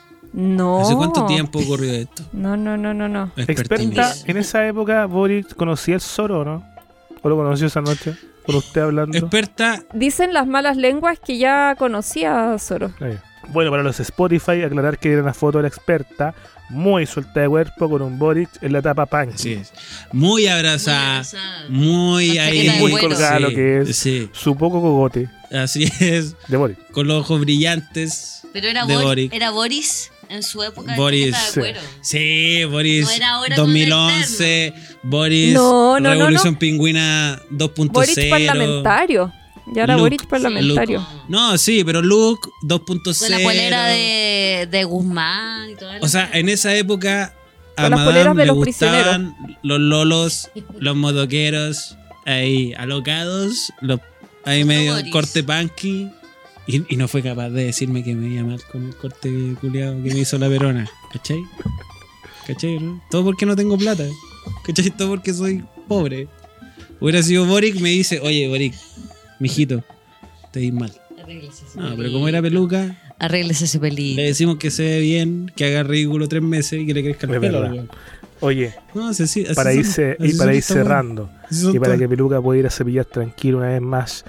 No. ¿Hace cuánto tiempo ocurrió esto? No, no, no, no, no. Experta, inglés. en esa época, Boris conocía el Zoro, ¿no? ¿O lo conoció esa noche? Con usted hablando. Experta, Dicen las malas lenguas que ya conocía a Zoro. Ahí. Bueno, para los Spotify, aclarar que era una foto de la experta, muy suelta de cuerpo, con un Boris en la tapa punk. así es. Muy abrazada, abrazada. muy La ahí. chaqueta de Muy cuero. colgada Sí, lo que es Sí, su poco cogote así es. de Boris. Con los ojos brillantes. Pero era, de Bor- Boric. era Boris en su época Boris, de chaqueta sí. de cuero. Sí, Boris No era ahora con dos mil once, Boris No, no, no, Revolución Pingüina dos punto Boric cero. parlamentario. Ya era Luke. Boric parlamentario. No, sí, pero Luke dos punto Con cero. la polera de, de Guzmán y todo eso. O sea, en esa época a Con las poleras Madame de le los gustaban los lolos, los modoqueros, ahí alocados, los ahí medio Boris. corte punky. Y, y no fue capaz de decirme que me iba mal con el corte culiado que me hizo la Verona. ¿Cachai? ¿Cachai? ¿No? Todo porque no tengo plata. ¿Cachai? Todo porque soy pobre. Hubiera sido Boric, me dice, oye Boric, mijito, te di mal. Arréglese ese No, pero pelito. como era peluca, Arréglese ese pelito. le decimos que se ve bien, que haga ridículo tres meses y que le crezca el Es pelo. verdad. weón. Oye, No, así, así, así para son- irse, así y son para ir estas weas. cerrando, Así son y para todas. que Peluca pueda ir a cepillar tranquilo una vez más,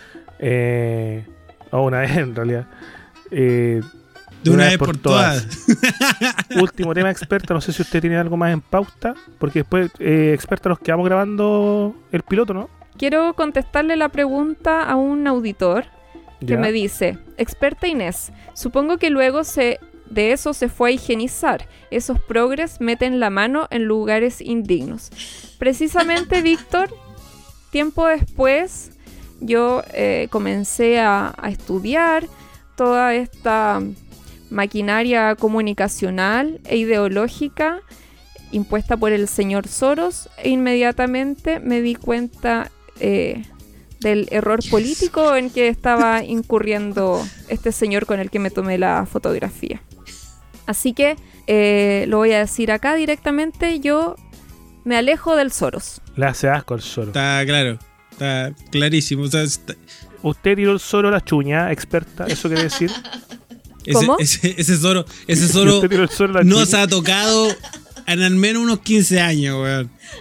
eh, o una vez en realidad, eh, De una vez por todas. Último tema, experta. No sé si usted tiene algo más en pauta, porque después, eh, experta, nos quedamos grabando el piloto, ¿no? Quiero contestarle la pregunta a un auditor que Ya. me dice, experta Inés, supongo que luego se, de eso se fue a higienizar. Esos progres meten la mano en lugares indignos. Precisamente, Víctor, tiempo después yo eh, comencé a, a estudiar toda esta maquinaria comunicacional e ideológica impuesta por el señor Soros e inmediatamente me di cuenta eh, del error político en que estaba incurriendo este señor con el que me tomé la fotografía. Así que eh, lo voy a decir acá directamente, yo me alejo del Soros. Le hace asco el Zoro. Está claro, está clarísimo. O sea, está- Usted tiró el Zoro a la chuña, experta, ¿eso quiere decir? ese, ¿Cómo? ese, ese Zoro, ese Y Zoro usted tiró el Zoro a la nos chuña. ha tocado en al menos unos quince años, weón.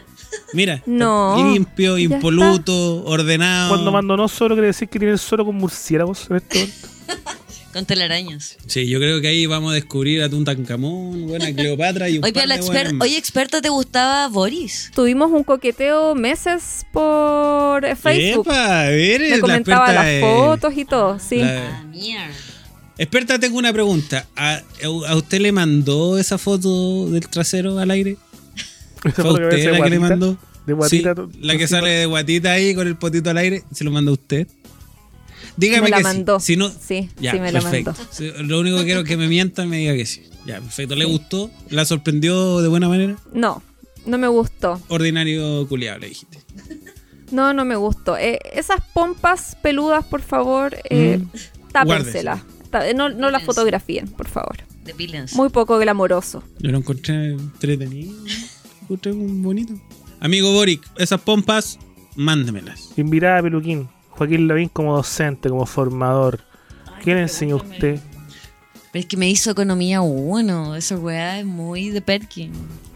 Mira, No, limpio, ya impoluto, ordenado. Cuando abandonó Soro, quiere decir que tiene el Soro con murciélagos en este momento. Con telarañas. Sí, yo creo que ahí vamos a descubrir a Tutankamón, buena Cleopatra y un Oye, par pero la de exper- buenas más. Oye, experta, ¿te gustaba Boris? Tuvimos un coqueteo meses por eh, Facebook. Epa, a ver, Me la comentaba experta, las eh, fotos y todo, sí. la- Ah, mierda. Experta, tengo una pregunta. ¿A, a usted le mandó esa foto del trasero al aire? Esa ¿Fue foto que usted parece la que le guatita, mandó? de guatita, Sí, la que sale de guatita ahí con el potito al aire, ¿se lo mandó usted? Dígame me la que mandó. sí. Si no, Sí, ya, sí me la perfecto. mandó. Sí, lo único que quiero es que me mientan y me diga que sí. Ya, perfecto. ¿Le gustó? ¿La sorprendió de buena manera? No, no me gustó. Ordinario culiado, le dijiste. No, no me gustó. Eh, esas pompas peludas, por favor, eh, Mm. tápenselas. Ta- No, no las Depílense. fotografíen, por favor. Depílense. Muy poco glamoroso. Yo lo encontré entretenido. Lo encontré bonito. Amigo Boric, esas pompas, mándemelas. Invitada a Peluquín. Joaquín Lavín como docente, como formador. ¿Qué le enseñó a usted? Pero es que me hizo economía uno. Esa weá es muy de Perkin.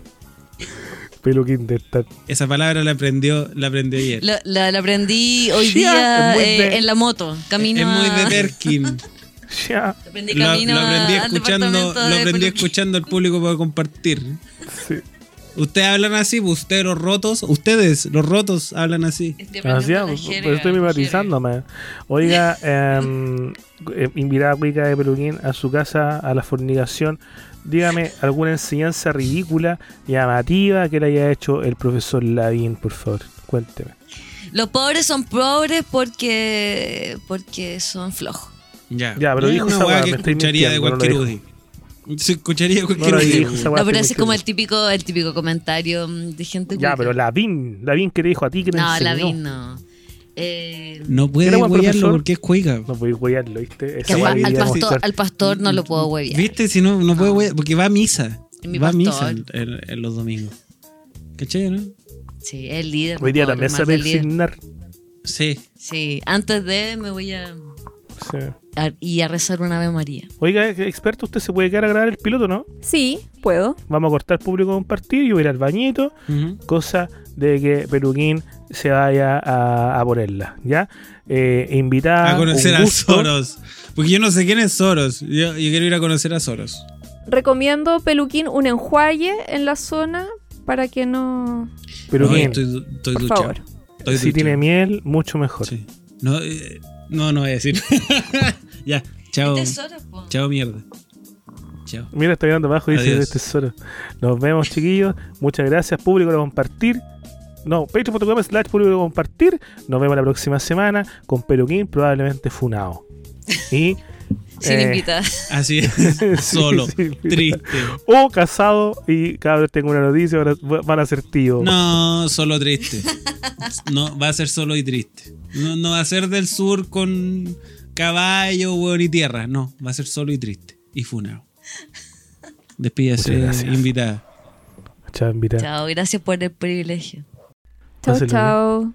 Peluquín de estar. Esa palabra la aprendió, la aprendió ayer. La, la- la aprendí hoy Sí, día es muy eh, de- en la moto. Camino es muy a- de Perkin. Ya. Lo aprendí Lo, camino lo aprendí a- al escuchando, departamento lo de aprendí Peluquín. escuchando al público para compartir. Sí. Ustedes hablan así, pues, ustedes los rotos, ustedes los rotos hablan así. Estoy Así, aprendiendo la pues, jerga, pues estoy la mimetizándome. Oiga, eh, eh, invitada a Cuica de Peluquín a su casa a la fornicación. Dígame alguna enseñanza ridícula, llamativa que le haya hecho el profesor Lavín, por favor. Cuénteme. jerga. Los pobres son pobres porque porque son flojos. Ya, Ya, pero es dijo una esa weá weá, que me estoy escucharía de mintiendo, no lo cualquier dijo. UDI. Se escucharía de No cualquier lo UDI. dijo, esa weá No, pero estoy ese es como el mintiendo. típico, el típico comentario mm, de gente Ya, cuica. pero Lavín, Lavín que te dijo a ti que te No, enseñó. Lavín no. Eh, No puede Era buen huearlo profesor. porque es cuica. No podéis huearlo, ¿viste? que Esa al, weá al debería pastor, mostrar. al pastor no lo puedo hueviar. ¿Viste? Si no, no puede huear, porque va a misa. Es mi Va a misa pastor. en, en- en los domingos. ¿Cachai, no? Sí, es el líder. Hoy no día puedo también hablar se más ve del líder. signar. Sí. Sí, antes de me voy a, Sí. a- y a rezar una Ave María. Oiga, experto, ¿usted se puede quedar a grabar el piloto, no? Sí, puedo. Vamos a cortar público a compartir, yo voy a ir al bañito, Ujú. cosa de que Peluquín se vaya a, a ponerla, ¿ya? Eh, invitada. A conocer un a gusto. Soros. Porque yo no sé quién es Soros. Yo, yo quiero ir a conocer a Soros. Recomiendo, Peluquín, un enjuague en la zona para que no... No, Peluquín, estoy, du- estoy Por duchado. favor. Estoy si duchado. tiene miel, mucho mejor. Sí. No, eh, no, no voy a decir. Ya, chao. Tesoro, po. Chao, mierda. Chao. Mira, está mirando abajo y dice Adiós. este tesoro. Nos vemos, chiquillos. Muchas gracias, público, por compartir. No, patreon punto com slash público por compartir. Nos vemos la próxima semana con Peluquín, probablemente funado. Y. Sin eh, invitada. Así es. sí, Solo. sí, Triste. O casado y cabrón, tengo una noticia, van a, van a ser tíos. No, solo triste. No, va a ser solo y triste. No, no va a ser del sur con caballo, hueón y tierra. No, va a ser solo y triste. Y funado. Despídase, Muchas gracias. invitada. Chao, invitada. Chao, gracias por el privilegio. Chao, Páselo bien. chao.